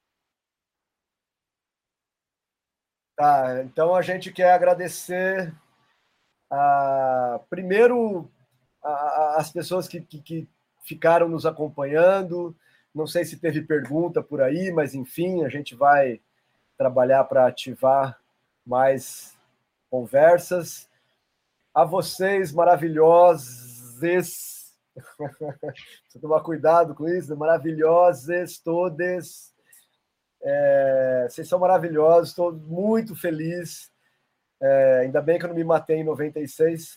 Tá, então a gente quer agradecer, a, primeiro, a, a, as pessoas que, que, que ficaram nos acompanhando. Não sei se teve pergunta por aí, mas, enfim, a gente vai trabalhar para ativar mais conversas. A vocês, maravilhosos, precisa tomar cuidado com isso, maravilhosos todos. É, vocês são maravilhosos, estou muito feliz. É, ainda bem que eu não me matei em noventa e seis.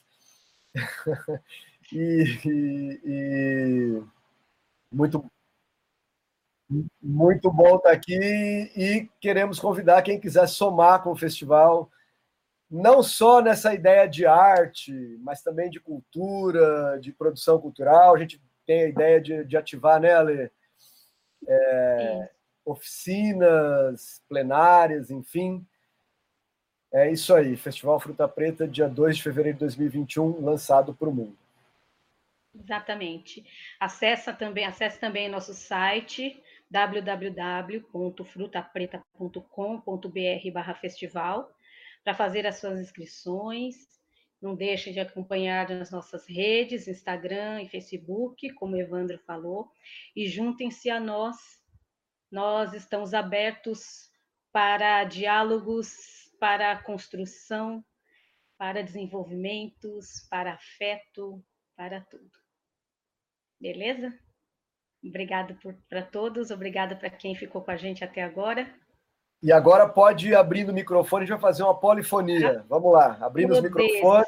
e, e, e muito, muito bom estar aqui. E queremos convidar quem quiser somar com o festival, não só nessa ideia de arte, mas também de cultura, de produção cultural. A gente tem a ideia de, de ativar, né, Ale? É, oficinas, plenárias, enfim. É isso aí, Festival Fruta Preta, dia dois de fevereiro de dois mil e vinte e um, lançado para o mundo. Exatamente. Acesse também, acesse também nosso site, w w w ponto fruta preta ponto com ponto b r barra festival, para fazer as suas inscrições. Não deixe de acompanhar nas nossas redes, Instagram e Facebook, como o Evandro falou, e juntem-se a nós. Nós estamos abertos para diálogos, para construção, para desenvolvimentos, para afeto, para tudo. Beleza? Obrigada para todos, obrigada para quem ficou com a gente até agora. E agora pode ir abrindo o microfone, a gente vai fazer uma polifonia. Vamos lá, abrindo os microfones.